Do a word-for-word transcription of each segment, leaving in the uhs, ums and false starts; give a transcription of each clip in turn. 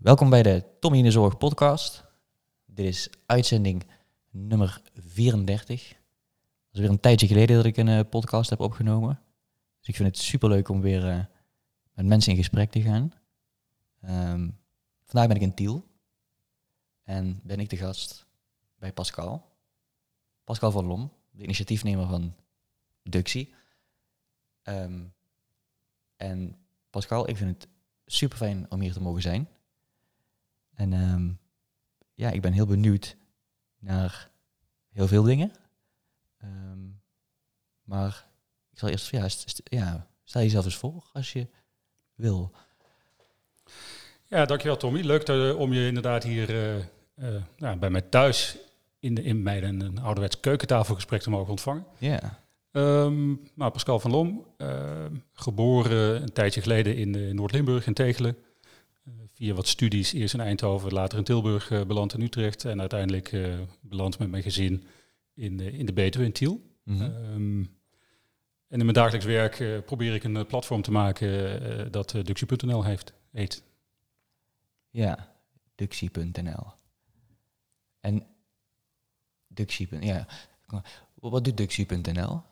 Welkom bij de Tommy in de Zorg podcast. Dit is uitzending nummer vierendertig. Het is weer een tijdje geleden dat ik een uh, podcast heb opgenomen. Dus ik vind het superleuk om weer uh, met mensen in gesprek te gaan. Um, vandaag ben ik in Tiel. En ben ik de gast bij Pascal. Pascal van Loon, de initiatiefnemer van Duxie. Um, en Pascal, ik vind het super fijn om hier te mogen zijn. En um, ja, ik ben heel benieuwd naar heel veel dingen. Um, maar ik zal eerst, ja, st- st- ja, stel jezelf eens voor als je wil. Ja, dankjewel Tommy. Leuk te, om je inderdaad hier uh, uh, nou, bij mij thuis in, de, in mij een, een ouderwets keukentafelgesprek te mogen ontvangen. Ja. Yeah. Um, nou, Pascal van Loon, uh, geboren een tijdje geleden in, uh, in Noord-Limburg in Tegelen. Uh, via wat studies, eerst in Eindhoven, later in Tilburg, uh, beland in Utrecht. En uiteindelijk uh, beland met mijn gezin in, uh, in de Betuwe in Tiel. Mm-hmm. Um, en in mijn dagelijks werk uh, probeer ik een uh, platform te maken uh, dat uh, Duxie punt n l heeft, heet. Ja, Duxie punt n l. En Duxie. Ja, wat doet Duxie punt n l?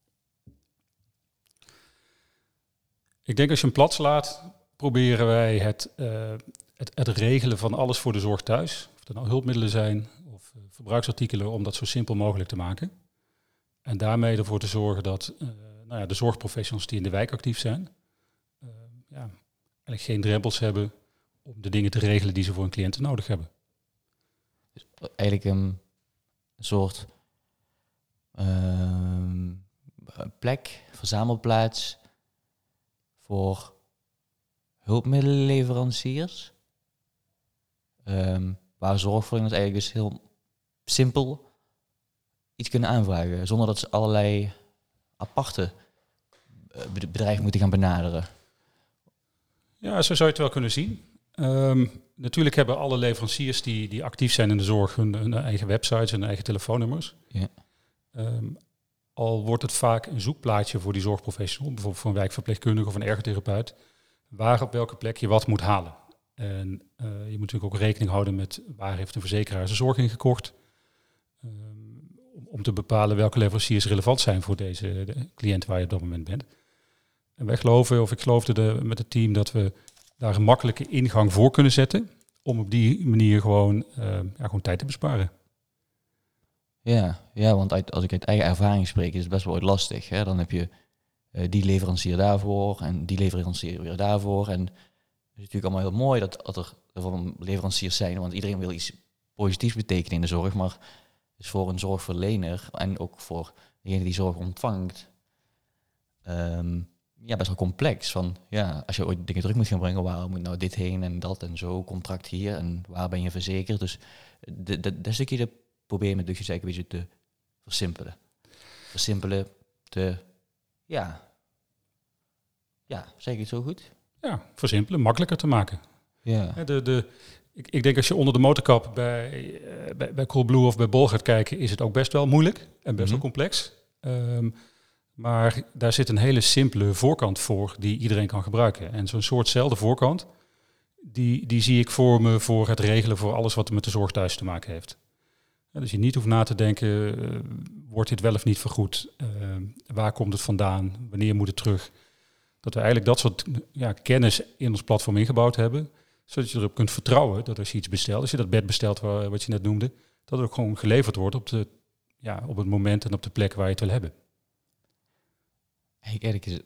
Ik denk als je hem plat slaat, proberen wij het, uh, het, het regelen van alles voor de zorg thuis. Of er nou hulpmiddelen zijn of uh, verbruiksartikelen, om dat zo simpel mogelijk te maken. En daarmee ervoor te zorgen dat uh, nou ja, de zorgprofessionals die in de wijk actief zijn, uh, ja, eigenlijk geen drempels hebben om de dingen te regelen die ze voor hun cliënten nodig hebben. Dus eigenlijk een soort uh, plek, verzamelplaats voor hulpmiddelenleveranciers, um, waar zorgverleners eigenlijk dus heel simpel iets kunnen aanvragen, zonder dat ze allerlei aparte bedrijven moeten gaan benaderen. Ja, zo zou je het wel kunnen zien. Um, natuurlijk hebben alle leveranciers die, die actief zijn in de zorg hun, hun eigen websites en hun eigen telefoonnummers. Ja. Um, al wordt het vaak een zoekplaatje voor die zorgprofessional, bijvoorbeeld voor een wijkverpleegkundige of een ergotherapeut, waar op welke plek je wat moet halen. En uh, je moet natuurlijk ook rekening houden met waar heeft een verzekeraar zijn zorg in gekocht, um, om, om te bepalen welke leveranciers relevant zijn voor deze de cliënt waar je op dat moment bent. En wij geloven, of ik geloofde de, met het team, dat we daar een makkelijke ingang voor kunnen zetten, om op die manier gewoon, uh, ja, gewoon tijd te besparen. Ja, ja, want uit, als ik uit eigen ervaring spreek, is het best wel lastig. Hè? Dan heb je uh, die leverancier daarvoor en die leverancier weer daarvoor. En het is natuurlijk allemaal heel mooi dat, dat er van leveranciers zijn, want iedereen wil iets positiefs betekenen in de zorg. Maar dus voor een zorgverlener en ook voor degene die zorg ontvangt, um, ja, best wel complex. Van, ja, als je ooit dingen terug moet gaan brengen, waar moet nou dit heen en dat en zo, contract hier en waar ben je verzekerd. Dus de, de, dat stukje de probeer je met Duxie eigenlijk een beetje te versimpelen. Versimpelen, te, ja, ja, zeg ik het zo goed? Ja, versimpelen, makkelijker te maken. Ja. De, de, ik, ik denk als je onder de motorkap bij, uh, bij, bij Coolblue of bij Bol gaat kijken, is het ook best wel moeilijk en best mm-hmm. wel complex. Um, maar daar zit een hele simpele voorkant voor die iedereen kan gebruiken. En zo'n soortzelfde voorkant, die, die zie ik voor me voor het regelen voor alles wat met de zorg thuis te maken heeft. Ja, dus je niet hoeft na te denken, uh, wordt dit wel of niet vergoed? Uh, waar komt het vandaan? Wanneer moet het terug? Dat we eigenlijk dat soort ja, kennis in ons platform ingebouwd hebben, zodat je erop kunt vertrouwen dat als je iets bestelt, als je dat bed bestelt waar, wat je net noemde, dat het ook gewoon geleverd wordt op, de, ja, op het moment en op de plek waar je het wil hebben. Eigenlijk is het,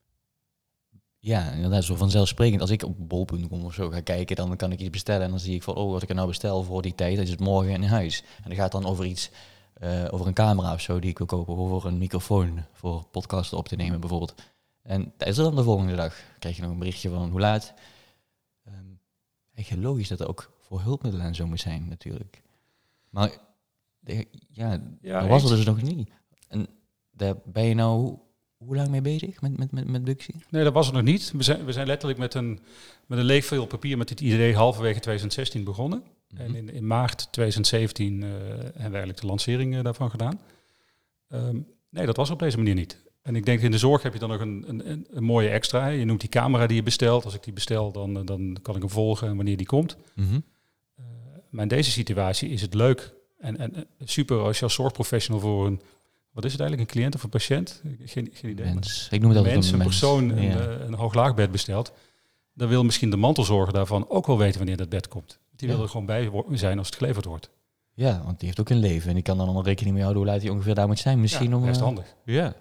ja, inderdaad, zo vanzelfsprekend. Als ik op bol punt com of zo ga kijken, dan kan ik iets bestellen en dan zie ik van, oh, wat ik er nou bestel voor die tijd, dat is het morgen in huis. En dan gaat het dan over iets, uh, over een camera of zo die ik wil kopen, of over een microfoon voor podcasten op te nemen bijvoorbeeld. En dat is er dan de volgende dag. Krijg je nog een berichtje van hoe laat. Um, echt logisch dat er ook voor hulpmiddelen en zo moet zijn natuurlijk. Maar de, ja, ja, dat was er dus nog niet. En daar ben je nou hoe lang mee bezig met, met, met, met Duxie? Nee, dat was het nog niet. We zijn, we zijn letterlijk met een, met een leeg vel papier met dit idee halverwege twintig zestien begonnen. Mm-hmm. En in, in maart twintig zeventien uh, hebben we eigenlijk de lancering uh, daarvan gedaan. Um, nee, dat was op deze manier niet. En ik denk in de zorg heb je dan nog een, een, een mooie extra. Je noemt die camera die je bestelt. Als ik die bestel, dan, dan kan ik hem volgen wanneer die komt. Mm-hmm. Uh, maar in deze situatie is het leuk en, en super als je als zorgprofessional voor een, wat is het eigenlijk, een cliënt of een patiënt? Geen, geen idee. Mens. Ik noem het altijd mens, een, een mens. persoon, Ja. een, een hooglaagbed bestelt. Dan wil misschien de mantelzorger daarvan ook wel weten wanneer dat bed komt. Die Ja. wil er gewoon bij zijn als het geleverd wordt. Ja, want die heeft ook een leven. En die kan dan een rekening mee houden hoe laat hij ongeveer daar moet zijn. Misschien ja, om... best uh, handig. Ja.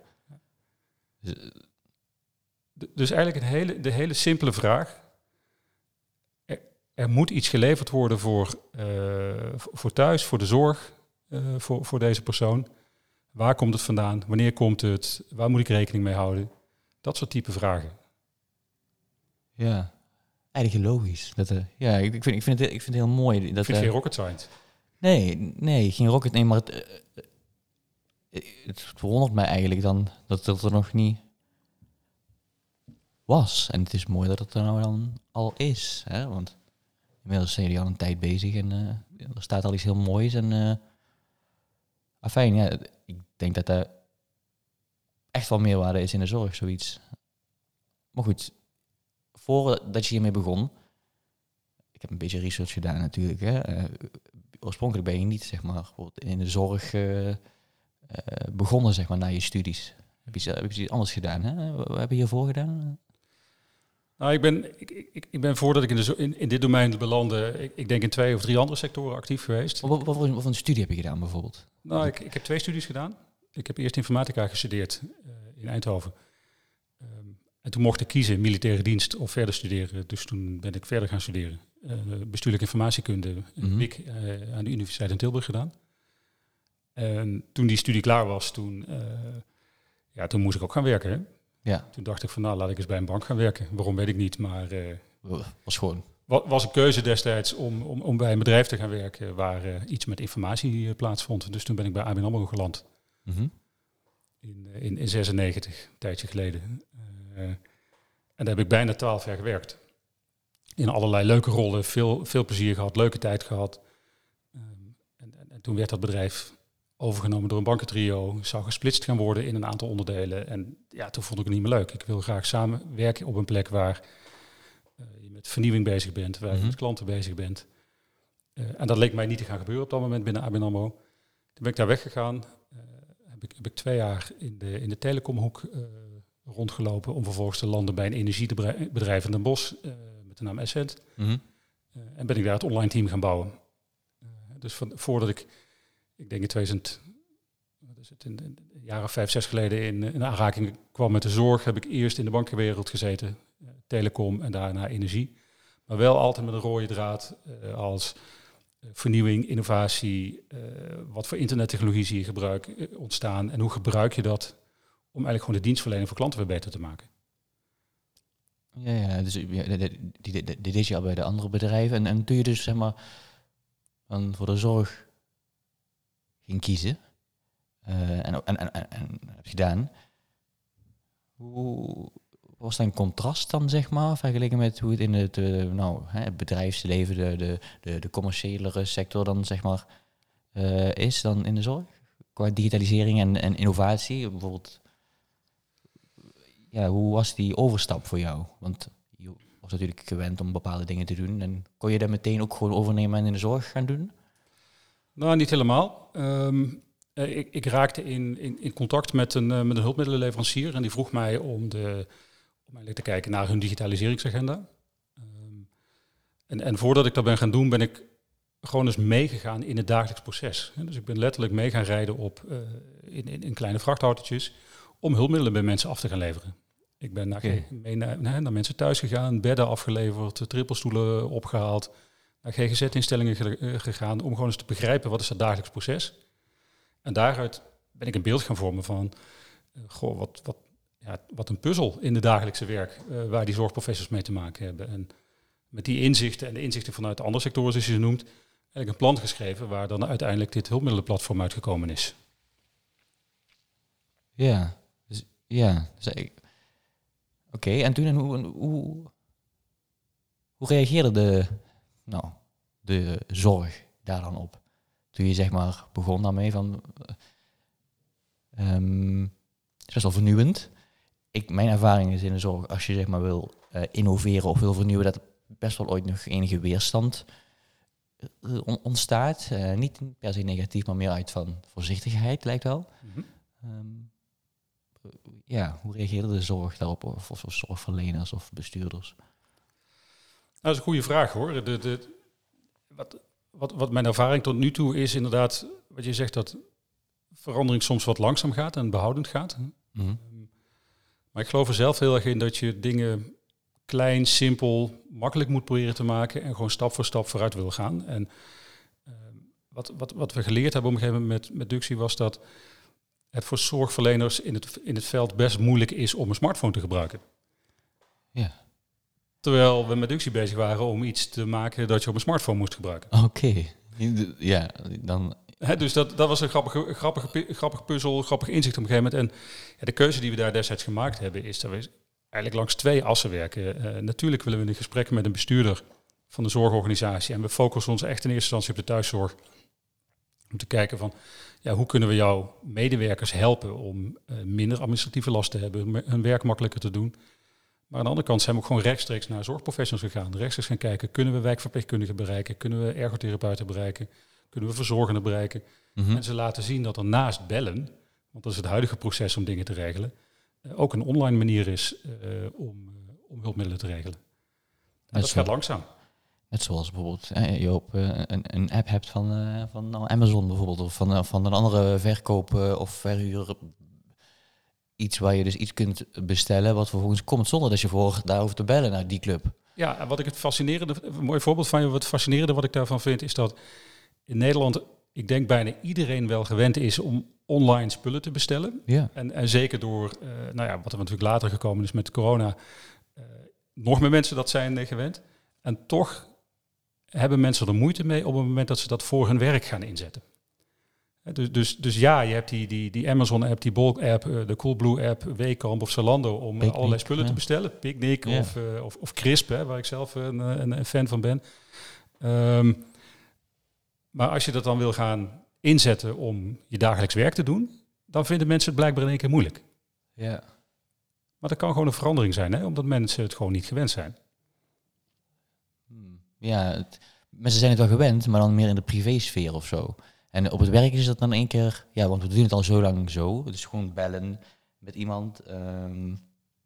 Dus eigenlijk een hele, de hele simpele vraag. Er, er moet iets geleverd worden voor, uh, voor thuis, voor de zorg, uh, voor, voor deze persoon. Waar komt het vandaan? Wanneer komt het? Waar moet ik rekening mee houden? Dat soort type vragen. Ja, eigenlijk logisch. Dat, uh, ja, ik, ik, vind, ik, vind het, ik vind het heel mooi. Dat, ik vind uh, geen rocket science. Nee, nee, geen rocket. Nee, maar het, uh, het verwondert mij eigenlijk dan dat het er nog niet was. En het is mooi dat het er nou dan al is. Hè? Want inmiddels zijn jullie al een tijd bezig en uh, er staat al iets heel moois. En uh, afijn, ja, ik denk dat er echt wel meerwaarde is in de zorg, zoiets. Maar goed, voordat je hiermee begon, ik heb een beetje research gedaan natuurlijk. Hè. Uh, oorspronkelijk ben je niet, zeg maar, in de zorg uh, uh, begonnen, zeg maar, na je studies. Heb je, heb je iets anders gedaan? Hè? Wat heb je hiervoor gedaan? Nou, ik ben, ik, ik, ik ben voordat ik in, de, in, in dit domein belandde, ik, ik denk in twee of drie andere sectoren actief geweest. Wat, wat, wat voor een studie heb je gedaan bijvoorbeeld? Nou, ik, ik heb twee studies gedaan. Ik heb eerst informatica gestudeerd uh, in Eindhoven. Um, en toen mocht ik kiezen militaire dienst of verder studeren. Dus toen ben ik verder gaan studeren. Uh, bestuurlijke informatiekunde, mm-hmm. B I C, uh, aan de Universiteit in Tilburg gedaan. En toen die studie klaar was, toen, uh, ja, toen moest ik ook gaan werken. Hè? Ja. Toen dacht ik van, nou, laat ik eens bij een bank gaan werken. Waarom weet ik niet, maar... Uh, was gewoon... was een keuze destijds om, om, om bij een bedrijf te gaan werken waar uh, iets met informatie uh, plaatsvond. Dus toen ben ik bij A B N AMRO geland. Mm-hmm. In, uh, in, in zesennegentig, een tijdje geleden. Uh, en daar heb ik bijna twaalf jaar gewerkt. In allerlei leuke rollen, veel, veel plezier gehad, leuke tijd gehad. Um, en, en, en toen werd dat bedrijf overgenomen door een bankentrio, zou gesplitst gaan worden in een aantal onderdelen. En ja, toen vond ik het niet meer leuk. Ik wil graag samenwerken op een plek waar uh, je met vernieuwing bezig bent, waar je mm-hmm. met klanten bezig bent. Uh, en dat leek mij niet te gaan gebeuren op dat moment binnen A B N AMRO. Toen ben ik daar weggegaan. Uh, heb, ik, heb ik twee jaar in de, in de telecomhoek uh, rondgelopen om vervolgens te landen bij een energiebedrijf in Den Bosch uh, met de naam Essent. Mm-hmm. Uh, en ben ik daar het online team gaan bouwen. Uh, dus van, voordat ik Ik denk in tweeduizend, wat is het, in de jaren vijf, zes geleden in, in aanraking kwam met de zorg, heb ik eerst in de bankenwereld gezeten, uh, telecom en daarna energie. Maar wel altijd met een rode draad uh, als uh, vernieuwing, innovatie, uh, wat voor internettechnologie zie je gebruik, uh, ontstaan en hoe gebruik je dat om eigenlijk gewoon de dienstverlening voor klanten weer beter te maken. Ja, ja, dus dit deed je al bij de andere bedrijven en, en doe je dus zeg maar dan voor de zorg ging kiezen uh, en, en, en, en, en heb gedaan. Hoe was dat een contrast dan, zeg maar, vergeleken met hoe het in het, uh, nou, hè, het bedrijfsleven, de, de, de, de commerciële sector dan, zeg maar, uh, is dan in de zorg? Qua digitalisering en, en innovatie, bijvoorbeeld. Ja, hoe was die overstap voor jou? Want je was natuurlijk gewend om bepaalde dingen te doen. En kon je dat meteen ook gewoon overnemen en in de zorg gaan doen? Nou, niet helemaal. Um, uh, ik, ik raakte in, in, in contact met een, uh, met een hulpmiddelenleverancier en die vroeg mij om, de, om eigenlijk te kijken naar hun digitaliseringsagenda. Um, en, en voordat ik dat ben gaan doen, ben ik gewoon eens meegegaan in het dagelijks proces. Ja, dus ik ben letterlijk mee gaan rijden op, uh, in, in, in kleine vrachtautootjes om hulpmiddelen bij mensen af te gaan leveren. Ik ben naar, okay. mee naar, naar, naar mensen thuis gegaan, bedden afgeleverd, trippelstoelen opgehaald, naar G G Z-instellingen ge- gegaan om gewoon eens te begrijpen wat is dat dagelijks proces. En daaruit ben ik een beeld gaan vormen van uh, goh, wat, wat, ja, wat een puzzel in de dagelijkse werk uh, waar die zorgprofessionals mee te maken hebben. En met die inzichten en de inzichten vanuit de andere sectoren, zoals je ze noemt, heb ik een plan geschreven waar dan uiteindelijk dit hulpmiddelenplatform uitgekomen is. Ja, dus, ja. Dus Oké, okay, en toen en hoe, hoe, hoe reageerde de, nou, de zorg daar dan op? Toen je zeg maar begon daarmee van... Um, is best wel vernieuwend. Ik, mijn ervaring is in de zorg, als je zeg maar wil uh, innoveren of wil vernieuwen, dat er best wel ooit nog enige weerstand uh, on- ontstaat. Uh, niet per se negatief, maar meer uit van voorzichtigheid, lijkt wel. Mm-hmm. Um, ja, hoe reageerde de zorg daarop, of, of, of zorgverleners of bestuurders? Nou, dat is een goede vraag hoor. De, de, wat, wat, wat mijn ervaring tot nu toe is inderdaad, wat je zegt, dat verandering soms wat langzaam gaat en behoudend gaat. Mm-hmm. Um, maar ik geloof er zelf heel erg in dat je dingen klein, simpel, makkelijk moet proberen te maken en gewoon stap voor stap vooruit wil gaan. En um, wat, wat, wat we geleerd hebben op een gegeven moment met, met Duxie was dat het voor zorgverleners in het, in het veld best moeilijk is om een smartphone te gebruiken. Ja. Terwijl we met Duxie bezig waren om iets te maken dat je op een smartphone moest gebruiken. Oké, okay. ja, dan... He, dus dat, dat was een grappige, grappige, grappige puzzel, grappig inzicht op een gegeven moment. En ja, de keuze die we daar destijds gemaakt hebben is dat we eigenlijk langs twee assen werken. Uh, natuurlijk willen we in gesprek met een bestuurder van de zorgorganisatie en we focussen ons echt in eerste instantie op de thuiszorg. Om te kijken van, ja, hoe kunnen we jouw medewerkers helpen om uh, minder administratieve last te hebben, hun werk makkelijker te doen. Maar aan de andere kant zijn we ook gewoon rechtstreeks naar zorgprofessionals gegaan. Rechtstreeks gaan kijken, kunnen we wijkverpleegkundigen bereiken? Kunnen we ergotherapeuten bereiken? Kunnen we verzorgenden bereiken? Mm-hmm. En ze laten zien dat er naast bellen, want dat is het huidige proces om dingen te regelen, uh, ook een online manier is uh, om, uh, om hulpmiddelen te regelen. En dat gaat langzaam. Net zoals bijvoorbeeld eh, je op uh, een, een app hebt van, uh, van nou, Amazon bijvoorbeeld, of van, uh, van een andere verkoop uh, of verhuur. Iets waar je dus iets kunt bestellen, wat vervolgens komt zonder dat je voor daarover te bellen naar die club. Ja, en wat ik het fascinerende, een mooi voorbeeld van je, wat fascinerende wat ik daarvan vind, is dat in Nederland, ik denk bijna iedereen wel gewend is om online spullen te bestellen. Ja. En, en zeker door, uh, nou ja, wat er natuurlijk later gekomen is met corona, uh, nog meer mensen dat zijn uh, gewend. En toch hebben mensen er moeite mee op het moment dat ze dat voor hun werk gaan inzetten. Dus, dus, dus ja, je hebt die, die, die Amazon-app, die Bulk-app, de Coolblue-app, Weekamp of Zalando om Picnic, allerlei spullen ja. te bestellen. Picnic ja. of, uh, of, of Crisp, hè, waar ik zelf een, een, een fan van ben. Um, maar als je dat dan wil gaan inzetten om je dagelijks werk te doen, dan vinden mensen het blijkbaar in één keer moeilijk. Ja. Maar dat kan gewoon een verandering zijn, hè, omdat mensen het gewoon niet gewend zijn. Ja, het, mensen zijn het wel gewend, maar dan meer in de privésfeer of zo. En op het werk is dat dan één keer, ja, want we doen het al zo lang zo. Dus gewoon bellen met iemand. Um,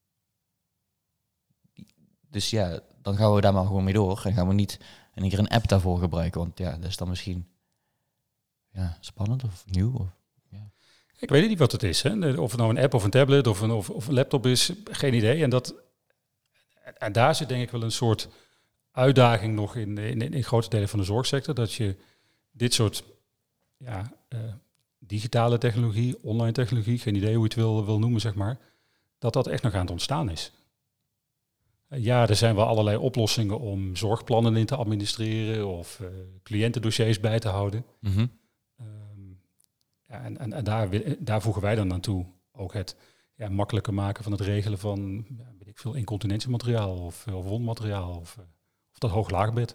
dus ja, dan gaan we daar maar gewoon mee door. En gaan we niet in één keer een app daarvoor gebruiken. Want ja, dat is dan misschien ja, spannend of nieuw. Of, ja. Ik weet niet wat het is. Hè? Of het nou een app of een tablet of een, of, of een laptop is, geen idee. En, dat, en daar zit denk ik wel een soort uitdaging nog in, in, in grote delen van de zorgsector. Dat je dit soort ja, uh, digitale technologie, online technologie, geen idee hoe je het wil, wil noemen, zeg maar, dat dat echt nog aan het ontstaan is. Uh, ja, er zijn wel allerlei oplossingen om zorgplannen in te administreren of uh, cliëntendossiers bij te houden. Mm-hmm. Um, ja, en en, en daar, daar voegen wij dan aan toe ook het ja, makkelijker maken van het regelen van ja, weet ik veel, incontinentiemateriaal of, of wondmateriaal of, uh, of dat hoog-laagbed.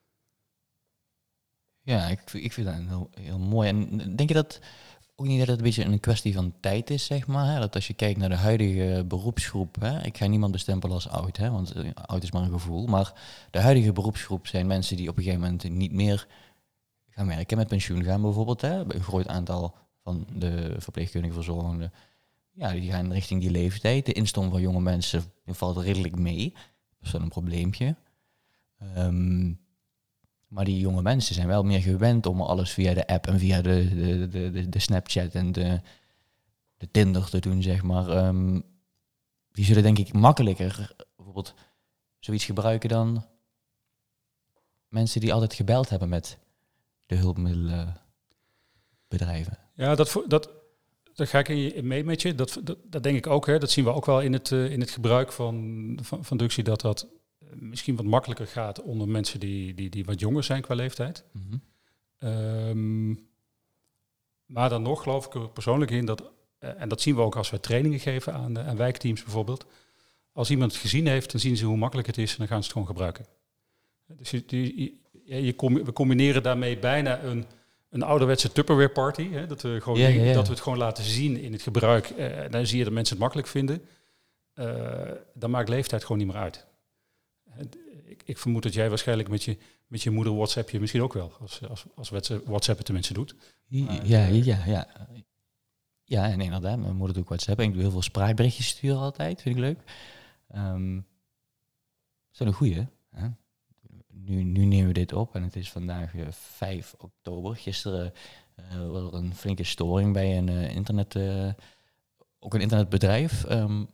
Ja, ik, ik vind dat heel, heel mooi. En denk je dat ook niet dat het een beetje een kwestie van tijd is, zeg maar? Hè? Dat als je kijkt naar de huidige beroepsgroep, hè? Ik ga niemand bestempelen als oud, hè? Want uh, oud is maar een gevoel. Maar de huidige beroepsgroep zijn mensen die op een gegeven moment niet meer gaan werken, met pensioen gaan bijvoorbeeld. Hè? Een groot aantal van de verpleegkundigen, verzorgenden, ja, die gaan richting die leeftijd. De instroom van jonge mensen valt redelijk mee. Dat is wel een probleempje. Um, Maar die jonge mensen zijn wel meer gewend om alles via de app en via de, de, de, de, de Snapchat en de, de Tinder te doen, zeg maar. Um, die zullen denk ik makkelijker bijvoorbeeld zoiets gebruiken dan mensen die altijd gebeld hebben met de hulpmiddelenbedrijven. Ja, dat, dat, daar ga ik in mee met je. Dat, dat, dat denk ik ook. Hè. Dat zien we ook wel in het, uh, in het gebruik van, van, van Duxie, dat dat misschien wat makkelijker gaat onder mensen die, die, die wat jonger zijn qua leeftijd. Mm-hmm. Um, maar dan nog geloof ik er persoonlijk in dat, uh, en dat zien we ook als we trainingen geven aan, uh, aan wijkteams bijvoorbeeld. Als iemand het gezien heeft, dan zien ze hoe makkelijk het is en dan gaan ze het gewoon gebruiken. Dus je, je, je, je com- we combineren daarmee bijna een, een ouderwetse Tupperware party. Hè, dat, we gewoon Ja, denken, ja, ja. dat we het gewoon laten zien in het gebruik. Uh, dan zie je dat mensen het makkelijk vinden. Uh, dan maakt leeftijd gewoon niet meer uit. Ik, ik vermoed dat jij waarschijnlijk met je, met je moeder WhatsApp je misschien ook wel. Als, als, als WhatsApp het tenminste doet. Maar, ja, ja, ja. Ja, en inderdaad. Mijn moeder doet ook WhatsApp. En ik doe heel veel spraakberichtjes sturen altijd. Vind ik leuk. Um, dat is een goeie, hè? Nu, nu nemen we dit op en het is vandaag uh, vijf oktober. Gisteren uh, was er een flinke storing bij een uh, internet, uh, ook een internetbedrijf. Um,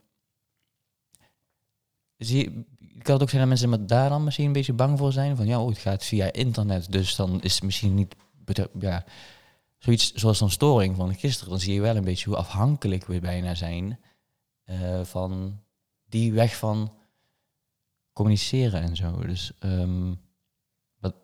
zie, kan het ook zijn dat mensen met daar dan misschien een beetje bang voor zijn? Van ja, oh, het gaat via internet, dus dan is het misschien niet... Ja, zoiets zoals een storing van gisteren. Dan zie je wel een beetje hoe afhankelijk we bijna zijn uh, van die weg van communiceren en zo. Dus um, wat,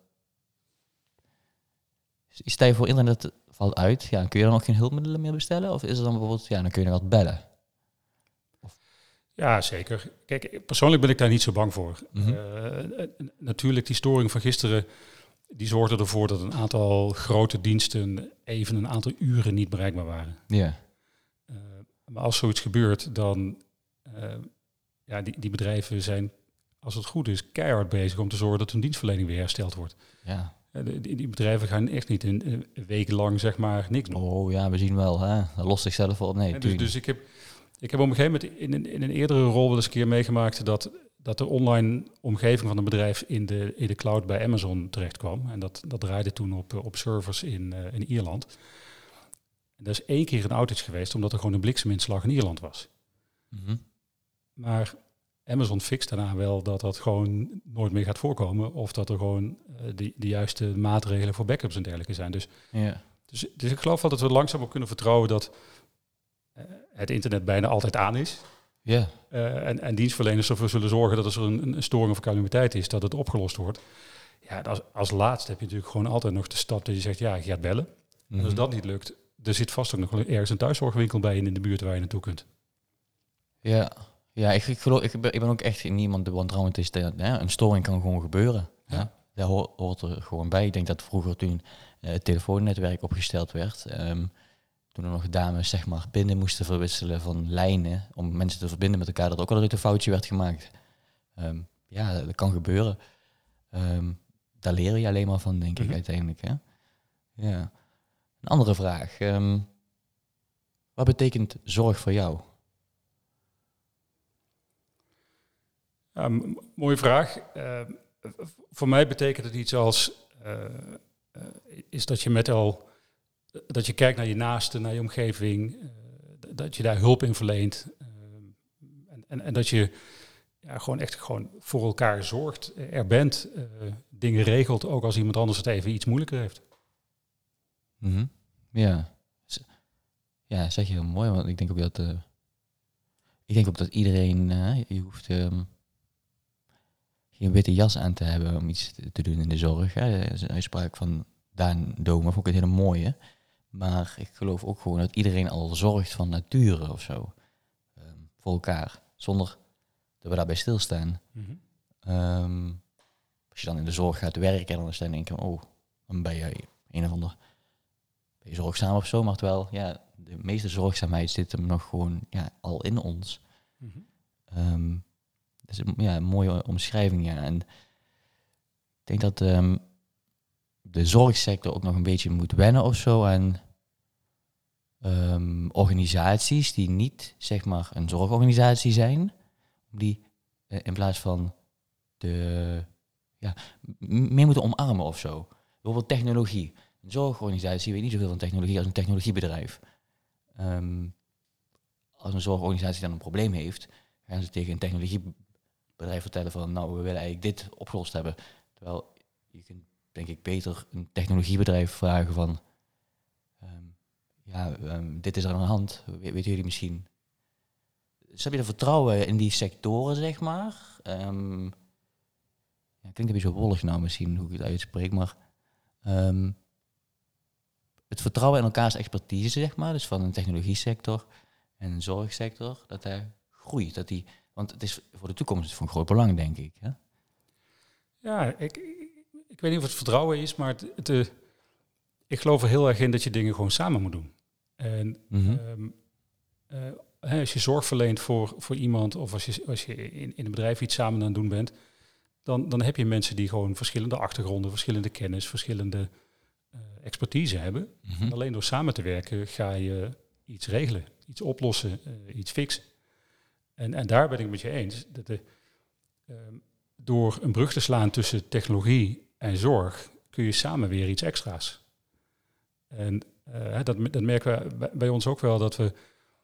stel je voor internet valt uit, ja, kun je dan ook geen hulpmiddelen meer bestellen? Of is er dan bijvoorbeeld, ja, dan kun je nog wat bellen? Of? Ja, zeker. Kijk, persoonlijk ben ik daar niet zo bang voor. Mm-hmm. Uh, natuurlijk, die storing van gisteren, die zorgde ervoor dat een aantal grote diensten even een aantal uren niet bereikbaar waren. Ja. Yeah. Uh, maar als zoiets gebeurt, dan, uh, ja, die, die bedrijven zijn, als het goed is, keihard bezig om te zorgen dat hun dienstverlening weer hersteld wordt. Ja. Die, die bedrijven gaan echt niet een, een week lang, zeg maar, niks doen. Oh ja, we zien wel, hè? Dat lost zichzelf op. Nee, dus, dus ik heb, ik heb op een gegeven moment in een, in een eerdere rol wel eens een keer meegemaakt dat, dat de online omgeving van een bedrijf in de, in de cloud bij Amazon terecht kwam. En dat, dat draaide toen op, op servers in, uh, in Ierland. En dat is één keer een outage geweest, omdat er gewoon een blikseminslag in Ierland was. Mm-hmm. Maar Amazon fixt daarna wel dat dat gewoon nooit meer gaat voorkomen. Of dat er gewoon uh, die, de juiste maatregelen voor backups en dergelijke zijn. Dus, yeah. dus, dus ik geloof wel dat we langzaam op kunnen vertrouwen dat uh, het internet bijna altijd aan is. Yeah. Uh, en, en dienstverleners ervoor zullen zorgen dat als er een, een storing of calamiteit is, dat het opgelost wordt. Ja, als, als laatste heb je natuurlijk gewoon altijd nog de stap dat je zegt, ja, je gaat bellen. Mm-hmm. En als dat niet lukt, er zit vast ook nog ergens een thuiszorgwinkel bij in de buurt waar je naartoe kunt. Ja. Yeah. Ja, ik, ik, geloof, ik, ben, ik ben ook echt niemand de wantrouwend is. Dat, ja, een storing kan gewoon gebeuren. Ja. Ja. Dat hoort, hoort er gewoon bij. Ik denk dat vroeger toen uh, het telefoonnetwerk opgesteld werd, um, toen er nog dames zeg maar binnen moesten verwisselen van lijnen om mensen te verbinden met elkaar, dat ook al een foutje werd gemaakt. Um, ja, dat kan gebeuren. Um, daar leer je alleen maar van, denk mm-hmm. ik uiteindelijk. Hè? Ja. Een andere vraag. Um, wat betekent zorg voor jou? Ja, m- mooie vraag. Uh, voor mij betekent het iets als uh, uh, is dat je met al dat je kijkt naar je naasten, naar je omgeving, uh, dat je daar hulp in verleent uh, en, en, en dat je ja, gewoon echt gewoon voor elkaar zorgt, er bent, uh, dingen regelt, ook als iemand anders het even iets moeilijker heeft. Mm-hmm. Ja, ja, zeg je heel mooi, want ik denk ook dat uh, ik denk ook dat iedereen uh, je hoeft um, geen witte jas aan te hebben om iets te, te doen in de zorg. Hè. Dat is een uitspraak van Daan Doma, vond ik het hele mooie. Maar ik geloof ook gewoon dat iedereen al zorgt van nature of zo. Um, voor elkaar. Zonder dat we daarbij stilstaan. Mm-hmm. Um, als je dan in de zorg gaat werken en dan sta je denken, oh, dan ben je een of ander ben je zorgzaam of zo. Maar terwijl, ja, de meeste zorgzaamheid zit hem nog gewoon ja, al in ons. Mm-hmm. Um, dat is een, ja, een mooie omschrijving, ja. En ik denk dat um, de zorgsector ook nog een beetje moet wennen of zo aan um, organisaties die niet, zeg maar, een zorgorganisatie zijn, die uh, in plaats van de, ja, m- meer moeten omarmen of zo. Bijvoorbeeld technologie. Een zorgorganisatie weet niet zoveel van technologie als een technologiebedrijf. Um, als een zorgorganisatie dan een probleem heeft, gaan ze tegen een technologiebedrijf vertellen van, nou, we willen eigenlijk dit opgelost hebben. Terwijl je kunt, denk ik, beter een technologiebedrijf vragen van, um, ja, um, dit is er aan de hand. We, weten jullie misschien? Dus heb je er vertrouwen in die sectoren, zeg maar? Um, ja, klinkt een beetje wollig nou misschien, hoe ik het uitspreek, maar um, het vertrouwen in elkaars expertise, zeg maar, dus van een technologiesector en een zorgsector, dat hij groeit. Dat die, want het is voor de toekomst van groot belang, denk ik. Hè? Ja, ik, ik weet niet of het vertrouwen is, maar het, het, ik geloof er heel erg in dat je dingen gewoon samen moet doen. En Mm-hmm. um, uh, hè, als je zorg verleent voor, voor iemand of als je, als je in, in een bedrijf iets samen aan het doen bent, dan, dan heb je mensen die gewoon verschillende achtergronden, verschillende kennis, verschillende uh, expertise hebben. Mm-hmm. En alleen door samen te werken ga je iets regelen, iets oplossen, uh, iets fixen. En, en daar ben ik het met je eens. Dat de, uh, door een brug te slaan tussen technologie en zorg kun je samen weer iets extra's. En uh, dat, dat merken we bij, bij ons ook wel, dat we,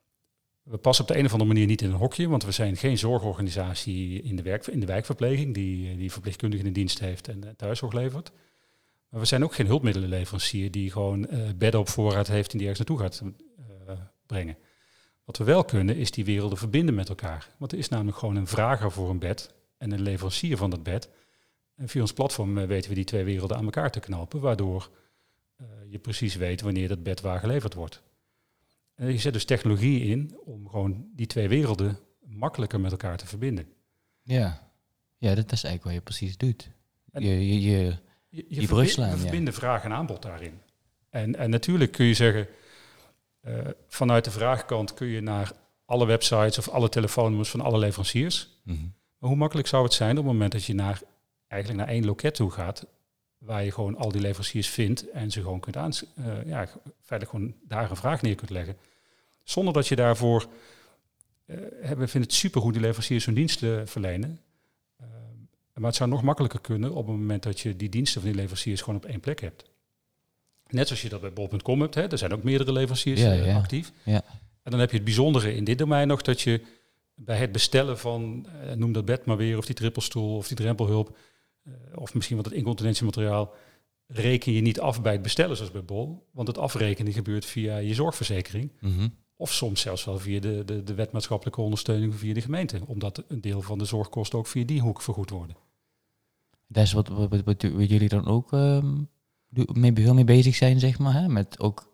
we passen op de een of andere manier niet in een hokje, want we zijn geen zorgorganisatie in de, werk, in de wijkverpleging die, die verpleegkundigen in dienst heeft en uh, thuiszorg levert. Maar we zijn ook geen hulpmiddelenleverancier die gewoon uh, bedden op voorraad heeft en die ergens naartoe gaat uh, brengen. Wat we wel kunnen is die werelden verbinden met elkaar. Want er is namelijk gewoon een vrager voor een bed en een leverancier van dat bed. En via ons platform uh, weten we die twee werelden aan elkaar te knopen, waardoor uh, je precies weet wanneer dat bed waar geleverd wordt. En je zet dus technologie in om gewoon die twee werelden makkelijker met elkaar te verbinden. Ja, ja dat is eigenlijk wat je precies doet. En je je, je, je, je die brug slaan, we ja. verbinden vraag en aanbod daarin. En, en natuurlijk kun je zeggen, uh, vanuit de vraagkant kun je naar alle websites of alle telefoonnummers van alle leveranciers. Mm-hmm. Maar hoe makkelijk zou het zijn op het moment dat je naar, eigenlijk naar één loket toe gaat, waar je gewoon al die leveranciers vindt en ze gewoon kunt aan, uh, ja, feitelijk gewoon daar een vraag neer kunt leggen. Zonder dat je daarvoor, uh, we vinden het supergoed die leveranciers hun diensten verlenen. Uh, maar het zou nog makkelijker kunnen op het moment dat je die diensten van die leveranciers gewoon op één plek hebt. Net zoals je dat bij bol punt com hebt, hè, er zijn ook meerdere leveranciers Ja, uh, ja. actief. Ja. En dan heb je het bijzondere in dit domein nog dat je bij het bestellen van, uh, noem dat bed maar weer, of die trippelstoel of die drempelhulp, uh, of misschien wat het incontinentiemateriaal, reken je niet af bij het bestellen zoals bij Bol, want het afrekenen gebeurt via je zorgverzekering. Mm-hmm. Of soms zelfs wel via de, de, de wetmaatschappelijke ondersteuning via de gemeente, omdat een deel van de zorgkosten ook via die hoek vergoed worden. Dat is wat, wat, wat, wat jullie dan ook um, mee, veel mee bezig zijn, zeg maar, hè? Met ook.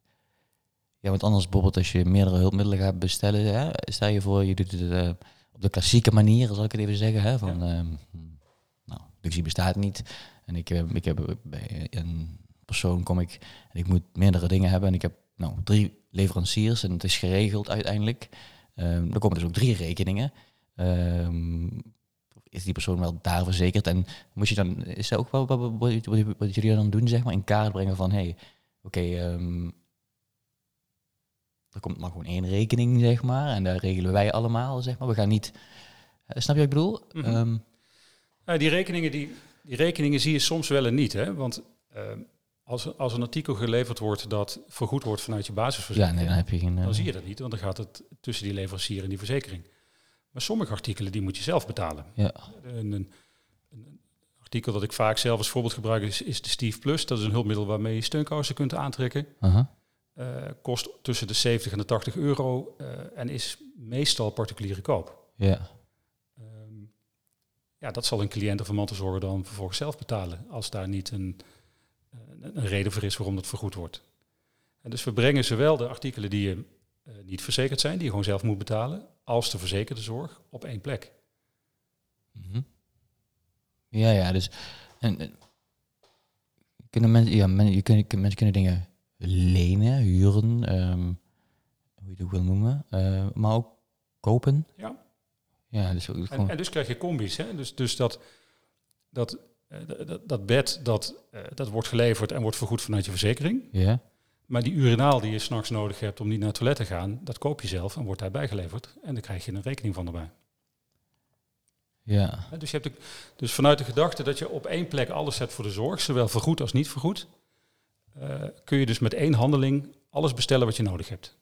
Ja, want anders bijvoorbeeld als je meerdere hulpmiddelen gaat bestellen, hè, stel je voor, je doet het uh, op de klassieke manier, zal ik het even zeggen, hè, van, ja. um, nou, Duxie bestaat niet en ik, uh, ik heb bij een persoon kom ik en ik moet meerdere dingen hebben en ik heb nou drie leveranciers en het is geregeld uiteindelijk. Um, dan komen dus ook drie rekeningen. Um, is die persoon wel daar verzekerd en moet je dan, is dat ook wel wat, wat, wat, wat jullie dan doen, zeg maar, in kaart brengen van, hey, oké, okay, um, er komt maar gewoon één rekening, zeg maar. En daar regelen wij allemaal, zeg maar. We gaan niet... Uh, snap je wat ik bedoel? Mm-hmm. Um, nou, die, rekeningen, die, die rekeningen zie je soms wel en niet. Hè? Want uh, als, als een artikel geleverd wordt dat vergoed wordt vanuit je basisverzekering, ja, nee, dan heb je geen... Uh, dan zie je dat niet, want dan gaat het tussen die leverancier en die verzekering. Maar sommige artikelen, die moet je zelf betalen. Ja. Een, een, een artikel dat ik vaak zelf als voorbeeld gebruik is, is de Steve Plus. Dat is een hulpmiddel waarmee je steunkousen kunt aantrekken. Uh-huh. Uh, kost tussen de zeventig en de tachtig euro uh, en is meestal particuliere koop. Ja. Um, ja, dat zal een cliënt of een mantelzorger dan vervolgens zelf betalen, als daar niet een, een, een reden voor is waarom dat vergoed wordt. En dus we brengen zowel de artikelen die je uh, niet verzekerd zijn, die je gewoon zelf moet betalen, als de verzekerde zorg op één plek. Mm-hmm. Ja, ja, dus... En, en, kunnen mensen, ja, men, je kun, mensen kunnen dingen lenen, huren, um, hoe je het ook wil noemen, uh, maar ook kopen. Ja. Ja, dus ook en, gewoon... en dus krijg je combis, hè? Dus, dus dat, dat, uh, dat, dat bed, dat, uh, dat wordt geleverd en wordt vergoed vanuit je verzekering. Ja. Maar die urinaal die je 's nachts nodig hebt om niet naar het toilet te gaan, dat koop je zelf en wordt daarbij geleverd. En dan krijg je een rekening van erbij. Ja. Dus, je hebt de, dus vanuit de gedachte dat je op één plek alles hebt voor de zorg, zowel vergoed als niet vergoed, uh, kun je dus met één handeling alles bestellen wat je nodig hebt.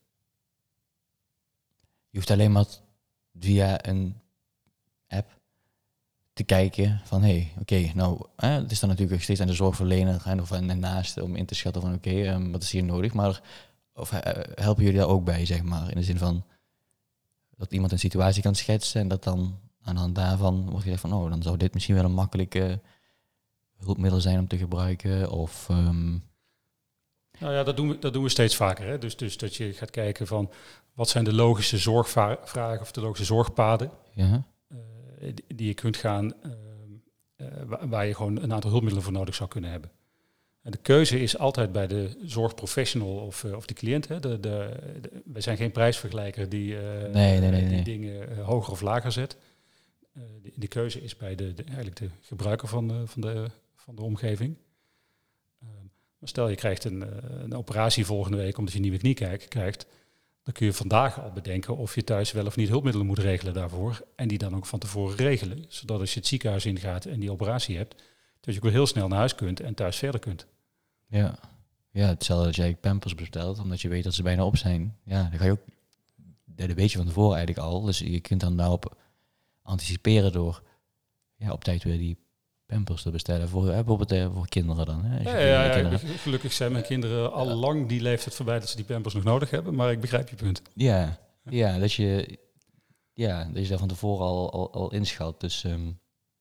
Je hoeft alleen maar via een app te kijken van, hé, hey, oké, okay, nou, hè, het is dan natuurlijk steeds aan de zorgverlener en of en naast om in te schatten van, oké, okay, um, wat is hier nodig? Maar of uh, helpen jullie daar ook bij, zeg maar, in de zin van dat iemand een situatie kan schetsen en dat dan aan de hand daarvan wordt gezegd van, oh, dan zou dit misschien wel een makkelijke hulpmiddel zijn om te gebruiken, of... Um... Nou ja, dat doen we, dat doen we steeds vaker. Hè? Dus, dus dat je gaat kijken van, wat zijn de logische zorgvragen of de logische zorgpaden Ja. uh, die, die je kunt gaan, uh, uh, waar, waar je gewoon een aantal hulpmiddelen voor nodig zou kunnen hebben. En de keuze is altijd bij de zorgprofessional of, uh, of de cliënt. Hè. De, de, de, wij zijn geen prijsvergelijker die, uh, nee, nee, nee, die nee. dingen uh, hoger of lager zet. Uh, de, de keuze is bij de, de, eigenlijk de gebruiker van, uh, van, de, van de omgeving. Uh, maar stel je krijgt een, uh, een operatie volgende week omdat je een nieuwe knie kijk, krijgt... dan kun je vandaag al bedenken of je thuis wel of niet hulpmiddelen moet regelen daarvoor. En die dan ook van tevoren regelen. Zodat als je het ziekenhuis ingaat en die operatie hebt... dat je ook heel snel naar huis kunt en thuis verder kunt. Ja, ja, hetzelfde dat jij Pampers bestelt, omdat je weet dat ze bijna op zijn. Ja, dan ga je ook, dat weet je van tevoren eigenlijk al. Dus je kunt dan daarop anticiperen door ja, op tijd weer die Pampers te bestellen. Voor, bijvoorbeeld uh, voor kinderen dan. Hè, als ja, je ja, ja, kinderen gelukkig zijn mijn kinderen al ja. lang die leeftijd voorbij dat ze die Pampers nog nodig hebben. Maar ik begrijp je punt. Ja, ja, dat je, ja, dat je daar van tevoren al, al, al inschat. Dus... Um,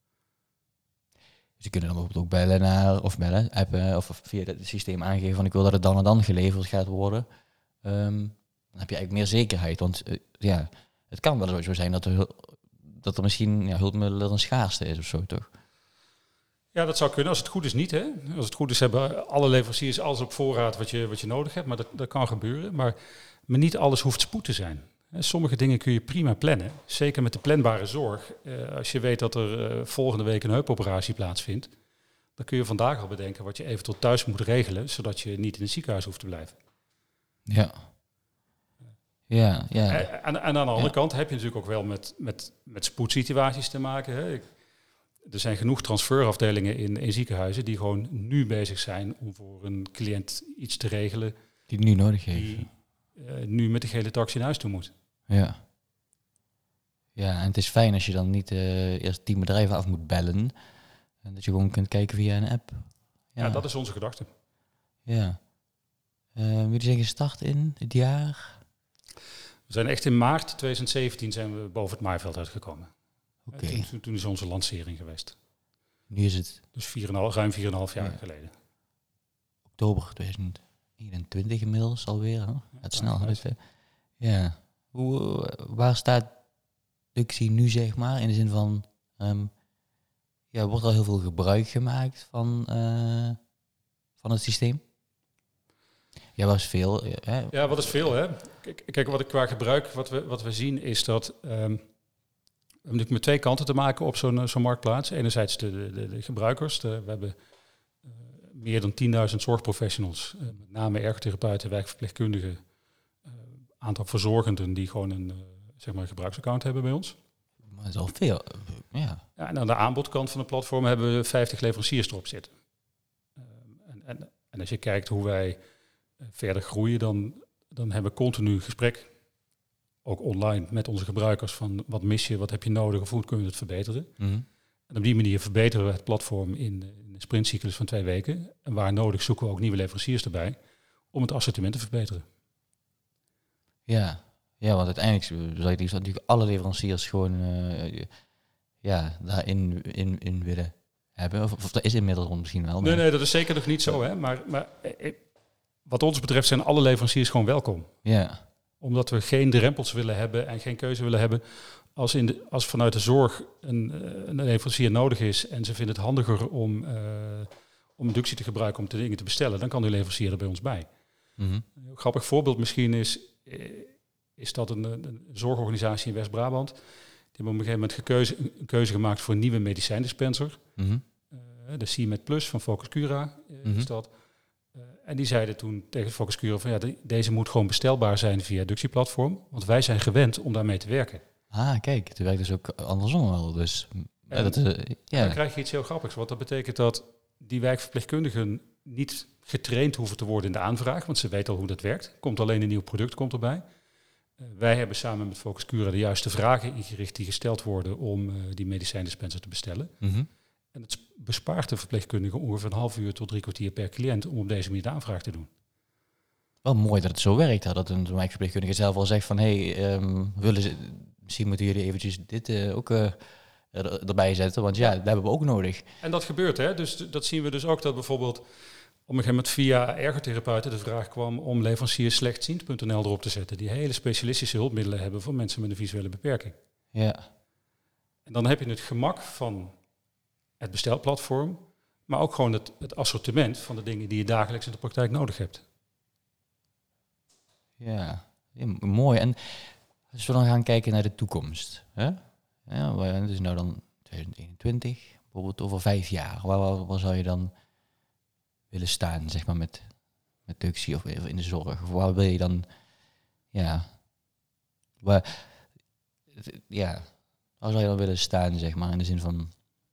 Ze kunnen dan bijvoorbeeld ook bellen naar, of bellen, appen, of via het systeem aangeven van ik wil dat het dan en dan geleverd gaat worden. Um, dan heb je eigenlijk meer zekerheid. Want uh, ja, het kan wel zo zijn dat er, dat er misschien ja, hulpmiddelen een schaarste is of zo, toch? Ja, dat zou kunnen. Als het goed is niet. Hè? Als het goed is hebben alle leveranciers alles op voorraad wat je, wat je nodig hebt. Maar dat, dat kan gebeuren. Maar, maar niet alles hoeft spoed te zijn. Sommige dingen kun je prima plannen. Zeker met de planbare zorg. Uh, als je weet dat er uh, volgende week een heupoperatie plaatsvindt, dan kun je vandaag al bedenken wat je eventueel thuis moet regelen, zodat je niet in het ziekenhuis hoeft te blijven. Ja. Ja, ja. En, en, en aan de andere ja. kant heb je natuurlijk ook wel met, met, met spoedsituaties te maken. Hè. Ik, er zijn genoeg transferafdelingen in, in ziekenhuizen die gewoon nu bezig zijn om voor een cliënt iets te regelen. Die het nu nodig heeft. Die uh, nu met de gele taxi naar huis toe moet. Ja. Ja, en het is fijn als je dan niet uh, eerst tien bedrijven af moet bellen. En dat je gewoon kunt kijken via een app. Ja, ja dat is onze gedachte. Ja. Uh, jullie zijn gestart in het jaar? We zijn echt in maart twintig zeventien zijn we boven het maaiveld uitgekomen. Oké. Okay. Toen, toen is onze lancering geweest. Nu is het? Dus vier en half, ruim vier en een half jaar ja. geleden. Oktober twintig eenentwintig inmiddels alweer. Hè? Het ja, snel. Het, ja. Hoe, waar staat Duxie nu, zeg maar? In de zin van, um, ja, wordt er heel veel gebruik gemaakt van, uh, van het systeem? Ja, wat is veel? Hè? Ja, wat is veel, hè? Kijk, kijk wat ik qua gebruik, wat we, wat we zien is dat... Um, we hebben natuurlijk met twee kanten te maken op zo'n, zo'n marktplaats. Enerzijds de, de, de gebruikers. De, we hebben uh, meer dan tienduizend zorgprofessionals. Uh, met name ergotherapeuten, wijkverpleegkundigen. Uh, aantal verzorgenden die gewoon een uh, zeg maar gebruiksaccount hebben bij ons. Maar dat is al veel, ja. Ja. En aan de aanbodkant van het platform hebben we vijftig leveranciers erop zitten. Uh, en, en, en als je kijkt hoe wij uh, verder groeien, dan, dan hebben we continu gesprek... ook online met onze gebruikers van wat mis je, wat heb je nodig of hoe kunnen we het verbeteren. Mm-hmm. En op die manier verbeteren we het platform in, in een sprintcyclus van twee weken. En waar nodig zoeken we ook nieuwe leveranciers erbij om het assortiment te verbeteren. Ja, ja, want uiteindelijk zou je natuurlijk alle leveranciers gewoon uh, ja, daarin in, in willen hebben. Of, of dat is inmiddels misschien wel. Maar... Nee, nee, dat is zeker nog niet zo. Hè? Maar, maar eh, wat ons betreft zijn alle leveranciers gewoon welkom. Ja. Omdat we geen drempels willen hebben en geen keuze willen hebben. Als, in de, als vanuit de zorg een, een leverancier nodig is en ze vinden het handiger om, uh, om een Duxie te gebruiken om de dingen te bestellen, dan kan die leverancier er bij ons bij. Mm-hmm. Een grappig voorbeeld misschien is, is dat een, een zorgorganisatie in West-Brabant, die hebben op een gegeven moment gekeuze, een keuze gemaakt voor een nieuwe medicijndispenser. Mm-hmm. Uh, de C-Med Plus van Focus Cura uh, mm-hmm. is dat. Uh, en die zeiden toen tegen Focus Cura van ja, de, deze moet gewoon bestelbaar zijn via het Duxie-platform, want wij zijn gewend om daarmee te werken. Ah, kijk, het werkt dus ook andersom wel. Dus, en, dat, uh, ja. Dan krijg je iets heel grappigs, want dat betekent dat die wijkverpleegkundigen niet getraind hoeven te worden in de aanvraag, want ze weten al hoe dat werkt. Komt alleen een nieuw product komt erbij. Uh, wij hebben samen met Focus Cura de juiste vragen ingericht die gesteld worden om uh, die medicijndispenser te bestellen. Mm-hmm. En het bespaart de verpleegkundige ongeveer een half uur tot drie kwartier per cliënt om op deze manier de aanvraag te doen. Wel mooi dat het zo werkt, hè? Dat een wijkverpleegkundige zelf al zegt van hé, hey, um, willen ze, misschien moeten jullie eventjes dit uh, ook uh, er, erbij zetten, want ja, dat hebben we ook nodig. En dat gebeurt, hè? Dus dat zien we dus ook dat bijvoorbeeld op een gegeven moment via ergotherapeuten de vraag kwam om leveranciers slechtziend punt n l erop te zetten, die hele specialistische hulpmiddelen hebben voor mensen met een visuele beperking. Ja. En dan heb je het gemak van het bestelplatform, maar ook gewoon het, het assortiment van de dingen die je dagelijks in de praktijk nodig hebt. Ja, ja, mooi. En als we dan gaan kijken naar de toekomst. Hè? Ja, het is nou dan twintig eenentwintig, bijvoorbeeld over vijf jaar. Waar, waar, waar zou je dan willen staan, zeg maar, met, met Duxie of in de zorg? Of waar wil je dan, ja, waar, ja, waar zou je dan willen staan, zeg maar, in de zin van,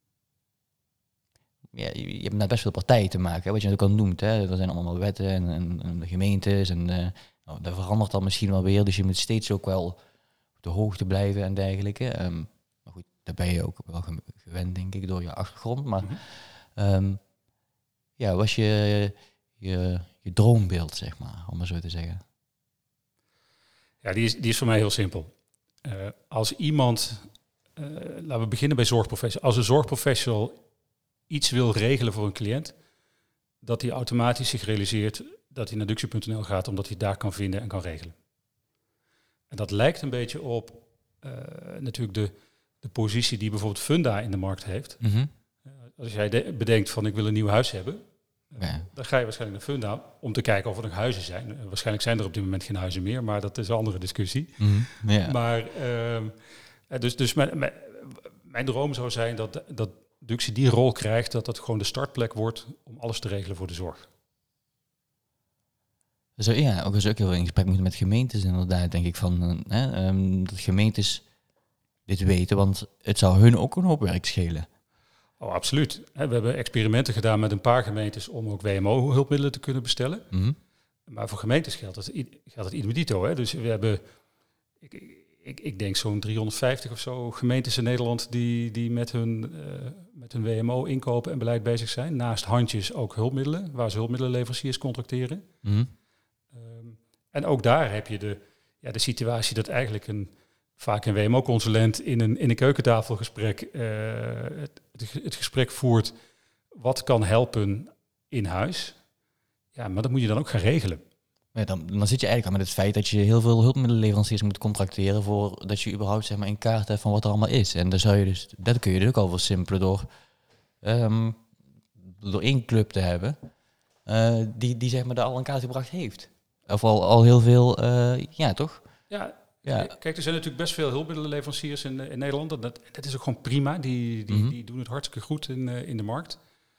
ja, je, je hebt net best veel partijen te maken, hè, wat je ook al noemt. Hè? Er zijn allemaal wetten en, en, en de gemeentes en uh, nou, dat verandert dan misschien wel weer, dus je moet steeds ook wel op de hoogte blijven en dergelijke. Um, maar goed, daar ben je ook wel gewend, denk ik, door je achtergrond. Maar mm-hmm. um, ja, was je, je je droombeeld, zeg maar, om maar zo te zeggen? Ja, die is, die is voor mij heel simpel. Uh, als iemand, uh, laten we beginnen bij zorgprofessional. Als een zorgprofessional iets wil regelen voor een cliënt, dat hij automatisch zich realiseert dat hij naar Duxie punt n l gaat, omdat hij het daar kan vinden en kan regelen. En dat lijkt een beetje op uh, natuurlijk de, de positie die bijvoorbeeld Funda in de markt heeft. Mm-hmm. Uh, als jij de, bedenkt van ik wil een nieuw huis hebben, uh, ja. dan ga je waarschijnlijk naar Funda om te kijken of er nog huizen zijn. Uh, waarschijnlijk zijn er op dit moment geen huizen meer, maar dat is een andere discussie. Mm-hmm. Ja. Maar uh, dus, dus mijn, mijn, mijn droom zou zijn dat, dat Duxie die rol krijgt, dat dat gewoon de startplek wordt om alles te regelen voor de zorg. Zo, ja, ook als ook heel veel in gesprek moeten met gemeentes inderdaad, denk ik van, hè, um, dat gemeentes dit weten, want het zou hun ook een hoop werk schelen. Oh, absoluut. We hebben experimenten gedaan met een paar gemeentes om ook W M O-hulpmiddelen te kunnen bestellen. Mm-hmm. Maar voor gemeentes geldt het, geldt het idem dito. Hè? Dus we hebben, ik, ik, ik denk zo'n driehonderdvijftig of zo gemeentes in Nederland die, die met hun, uh, met hun W M O-inkopen en beleid bezig zijn. Naast handjes ook hulpmiddelen, waar ze hulpmiddelenleveranciers contracteren. Mm-hmm. Um, en ook daar heb je de, ja, de situatie dat eigenlijk een, vaak een W M O-consulent in een, in een keukentafelgesprek uh, het, het gesprek voert wat kan helpen in huis. Ja, maar dat moet je dan ook gaan regelen. Ja, dan, dan zit je eigenlijk al met het feit dat je heel veel hulpmiddelenleveranciers moet contracteren voordat je überhaupt, zeg maar, in kaart hebt van wat er allemaal is. En dan zou je dus, dat kun je dus ook al versimpelen door, um, door één club te hebben uh, die, die, zeg maar, daar al in kaart gebracht heeft. Of al, al heel veel, uh, ja, toch? Ja, ja, kijk, er zijn natuurlijk best veel hulpmiddelenleveranciers in, in Nederland. Dat, dat is ook gewoon prima. Die, die, mm-hmm. die doen het hartstikke goed in, uh, in de markt.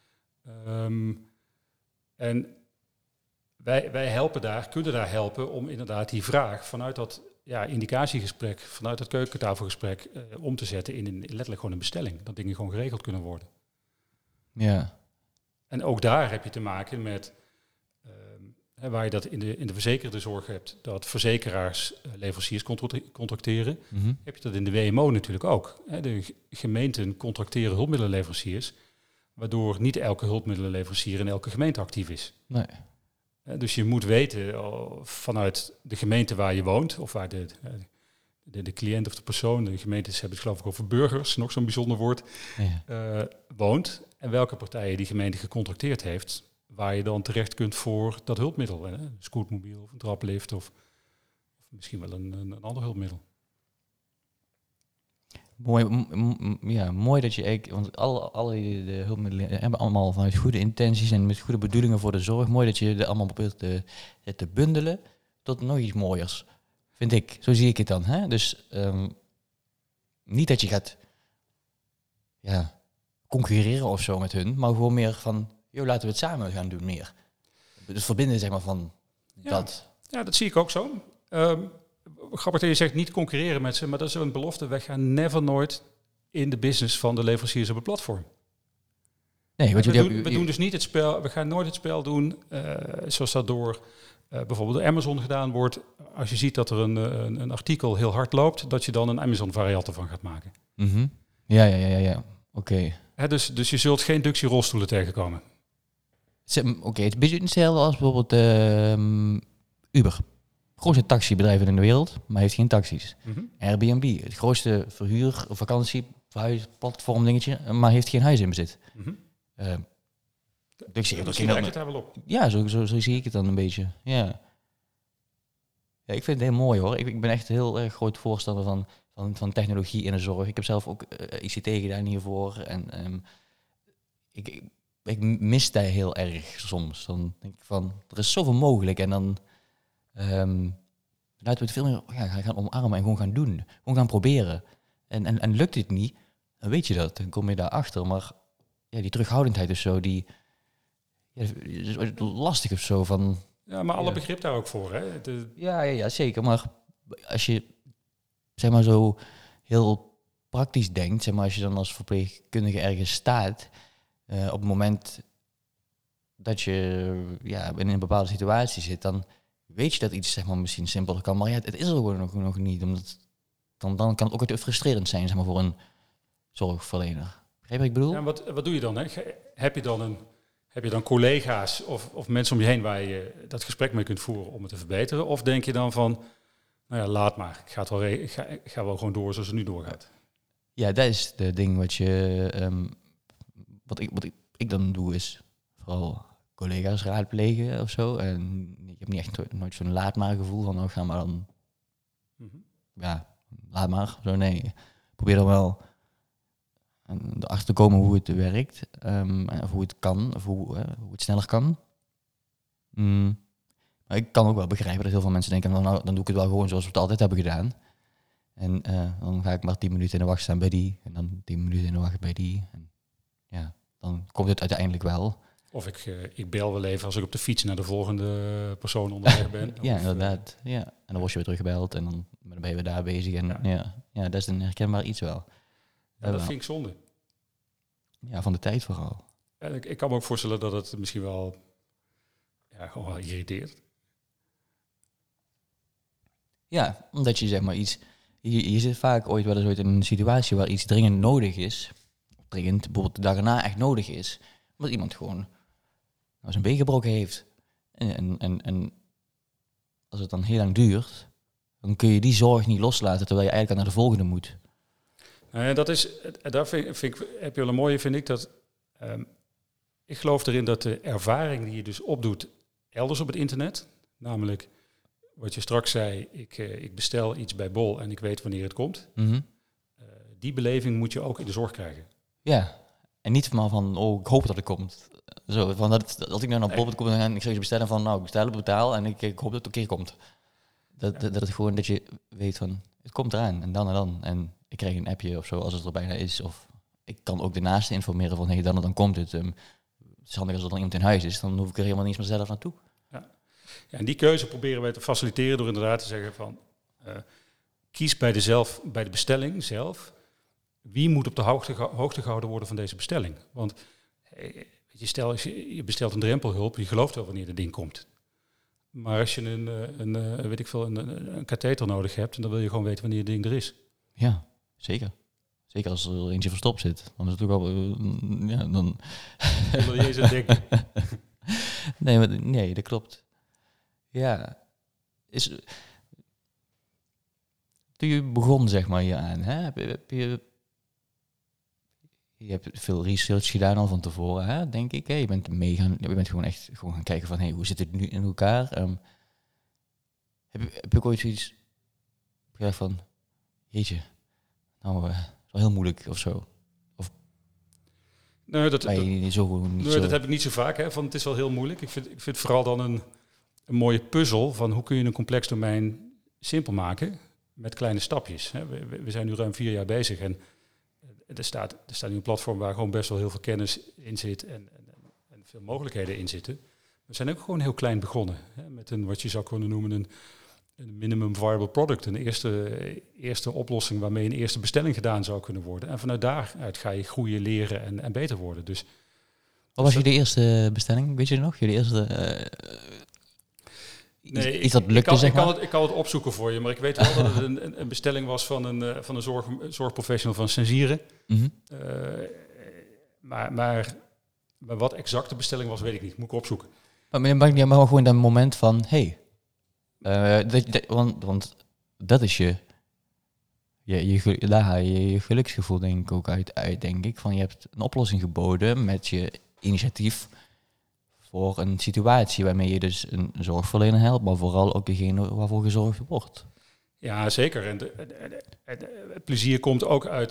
Um, en wij, wij helpen daar, kunnen daar helpen om inderdaad die vraag vanuit dat ja, indicatiegesprek, vanuit dat keukentafelgesprek, uh, om te zetten in, een, in letterlijk gewoon een bestelling. Dat dingen gewoon geregeld kunnen worden. Ja. En ook daar heb je te maken met, uh, waar je dat in de, in de verzekerde zorg hebt, dat verzekeraars uh, leveranciers contracteren, mm-hmm. heb je dat in de W M O natuurlijk ook. Hè. De gemeenten contracteren hulpmiddelenleveranciers, waardoor niet elke hulpmiddelenleverancier in elke gemeente actief is. Nee. Uh, dus je moet weten uh, vanuit de gemeente waar je woont, of waar de, uh, de, de cliënt of de persoon, de gemeentes hebben het geloof ik over burgers, nog zo'n bijzonder woord, ja. uh, woont. En welke partijen die gemeente gecontracteerd heeft, waar je dan terecht kunt voor dat hulpmiddel. Hè? Een scootmobiel of een traplift of, of misschien wel een, een, een ander hulpmiddel. Mooi, m- m- ja, mooi dat je eigenlijk, want alle, alle de hulpmiddelen hebben allemaal vanuit goede intenties en met goede bedoelingen voor de zorg. Mooi dat je er allemaal probeert te, te bundelen tot nog iets mooiers, vind ik. Zo zie ik het dan. Hè? Dus um, niet dat je gaat ja, concurreren of zo met hun, maar gewoon meer van, joh, laten we het samen gaan doen meer. Dus verbinden, zeg maar, van ja. dat. Ja, dat zie ik ook zo. Um, Grappig dat je zegt niet concurreren met ze, maar dat is een belofte. Wij gaan never nooit in de business van de leveranciers op het platform. Nee, wat we, doen, hebben, we doen dus niet het spel, we gaan nooit het spel doen uh, zoals dat door uh, bijvoorbeeld door Amazon gedaan wordt. Als je ziet dat er een, een, een artikel heel hard loopt, dat je dan een Amazon variant ervan gaat maken. Mm-hmm. Ja, ja, ja, ja. Oké. Okay. Dus, dus je zult geen Duxie rolstoelen tegenkomen. Oké, okay, het is een beetje hetzelfde als bijvoorbeeld uh, Uber. Grootste taxibedrijven in de wereld, maar heeft geen taxis. Mm-hmm. Airbnb, het grootste verhuur, vakantie, verhuis, platform dingetje, maar heeft geen huis in bezit. Mm-hmm. Uh, dus ja, misschien lijkt het daar wel op. Ja, zo, zo, zo zie ik het dan een beetje. Ja. Ja, ik vind het heel mooi hoor. Ik, ik ben echt heel erg groot voorstander van, van, van technologie in de zorg. Ik heb zelf ook uh, I C T gedaan hiervoor. En um, ik, ik, ik mis dat heel erg soms. Dan denk ik van, er is zoveel mogelijk. En dan um, laten we het veel meer ja, gaan omarmen en gewoon gaan doen. Gewoon gaan proberen. En, en, en lukt dit niet, dan weet je dat. Dan kom je daarachter. Maar ja, die terughoudendheid of zo, die ja, is lastig of zo. Van, ja, maar alle ja. begrip daar ook voor. Hè? De... Ja, ja, ja, zeker. Maar als je zeg maar zo heel praktisch denkt, zeg maar als je dan als verpleegkundige ergens staat, uh, op het moment dat je ja, in een bepaalde situatie zit, dan weet je dat iets zeg maar misschien simpeler kan, maar ja, het is er gewoon nog, nog niet. Omdat dan, dan kan het ook frustrerend zijn zeg maar, voor een zorgverlener. Begrijp je wat ik bedoel? Ja, wat, wat doe je dan? Hè? Heb je dan een Heb je dan collega's of, of mensen om je heen waar je dat gesprek mee kunt voeren om het te verbeteren? Of denk je dan van, nou ja, laat maar. Ik ga, het wel re- ik ga, ik ga wel gewoon door zoals het nu doorgaat. Ja, dat is de ding wat je... Um, wat ik, wat ik, ik dan doe is vooral collega's raadplegen of zo. En ik heb niet echt nooit zo'n laat maar gevoel van, nou ga maar dan... Mm-hmm. Ja, laat maar. Zo nee. Ik probeer dan wel erachter te komen hoe het werkt. Um, of hoe het kan. Of hoe, uh, hoe het sneller kan. Mm. Maar ik kan ook wel begrijpen dat heel veel mensen denken, nou, dan doe ik het wel gewoon zoals we het altijd hebben gedaan. En uh, dan ga ik maar tien minuten in de wacht staan bij die. En dan tien minuten in de wacht bij die. En ja, dan komt het uiteindelijk wel. Of ik, uh, ik bel wel even als ik op de fiets naar de volgende persoon onderweg ben. Ja, of, inderdaad. Ja. En dan word je weer teruggebeld en dan, dan ben je weer daar bezig. En ja, ja, ja dat is een herkenbaar iets wel. Ja, dat wel. Vind ik zonde. Ja, van de tijd vooral. Ja, ik, ik kan me ook voorstellen dat het misschien wel, ja, gewoon wel irriteert. Ja, omdat je zeg maar iets... Je, je zit vaak ooit wel eens ooit in een situatie waar iets dringend nodig is. Dringend, bijvoorbeeld de dag erna echt nodig is. Omdat iemand gewoon nou, zijn been gebroken heeft. En, en, en, en als het dan heel lang duurt, dan kun je die zorg niet loslaten terwijl je eigenlijk naar de volgende moet. Nou ja, dat is, daar vind, vind ik, heb je wel een mooie, vind ik, dat um, ik geloof erin dat de ervaring die je dus opdoet elders op het internet, namelijk wat je straks zei, ik, uh, ik bestel iets bij Bol en ik weet wanneer het komt. Mm-hmm. Uh, die beleving moet je ook in de zorg krijgen. Ja, en niet maar van, oh, ik hoop dat het komt. Zo, van dat, dat als ik nou naar Bol kom en ik zou je bestellen van, nou, ik bestel het, betaal en ik, ik hoop dat het een keer komt. Dat, ja. dat, dat het gewoon, dat je weet van, het komt eraan en dan en dan. En ik krijg een appje of zo als het er bijna is. Of ik kan ook de naaste informeren van, hey, dan en dan komt het. Um, het is handig als er dan iemand in huis is, dan hoef ik er helemaal niet eens meer zelf naartoe. Ja. Ja, en die keuze proberen wij te faciliteren door inderdaad te zeggen van, uh, kies bij de, zelf, bij de bestelling zelf, wie moet op de hoogte, hoogte gehouden worden van deze bestelling. Want hey, je, stel, je, je bestelt een drempelhulp, je gelooft wel wanneer het ding komt. Maar als je een, een, een, weet ik veel, een, een, een katheter nodig hebt, dan wil je gewoon weten wanneer het ding er is. Ja, zeker. Zeker als er eentje verstopt zit. Dan is het ook al... Uh, ja, dan... dan wil je eens aan denken. nee, maar, nee, dat klopt. Ja. Is, toen je begon, zeg maar, hier aan, hè, heb, heb je... Je hebt veel research gedaan al van tevoren, hè, denk ik. Hè? Je bent meegaan, je bent gewoon echt gewoon gaan kijken van, hey, hoe zit het nu in elkaar? Um, heb, heb ik ooit zoiets gedacht van, jeetje, nou, uh, is wel heel moeilijk of zo? Of nee, dat, dat, niet zo, niet nee, zo. dat heb ik niet zo vaak, hè, van het is wel heel moeilijk. Ik vind, ik vind vooral dan een, een mooie puzzel van hoe kun je een complex domein simpel maken met kleine stapjes. Hè. We, we zijn nu ruim vier jaar bezig en Er staat, er staat nu een platform waar gewoon best wel heel veel kennis in zit en, en, en veel mogelijkheden in zitten. We zijn ook gewoon heel klein begonnen. Hè, met een, wat je zou kunnen noemen, een, een minimum viable product. Een eerste, eerste oplossing waarmee een eerste bestelling gedaan zou kunnen worden. En vanuit daaruit ga je groeien, leren en, en beter worden. Dus, Wat was dus jullie eerste bestelling? Weet je nog? Jullie eerste... Uh, Nee, iets dat lukte, ik, kan, zeg ik, maar? kan het, ik kan het opzoeken voor je, maar ik weet wel dat het een, een bestelling was van een, van een zorg, zorgprofessional van Sensieren. Mm-hmm. Uh, maar, maar, maar wat exact de bestelling was, weet ik niet. Moet ik opzoeken. Maar, maar, maar, maar gewoon dat moment van, hé, hey, uh, dat, dat, want, want dat is je, je, je, daar haal je je geluksgevoel denk ik ook uit, uit, denk ik. Van je hebt een oplossing geboden met je initiatief voor een situatie waarmee je dus een zorgverlener helpt, maar vooral ook degene waarvoor gezorgd wordt. Ja, zeker. En de, de, de, de, het plezier komt ook uit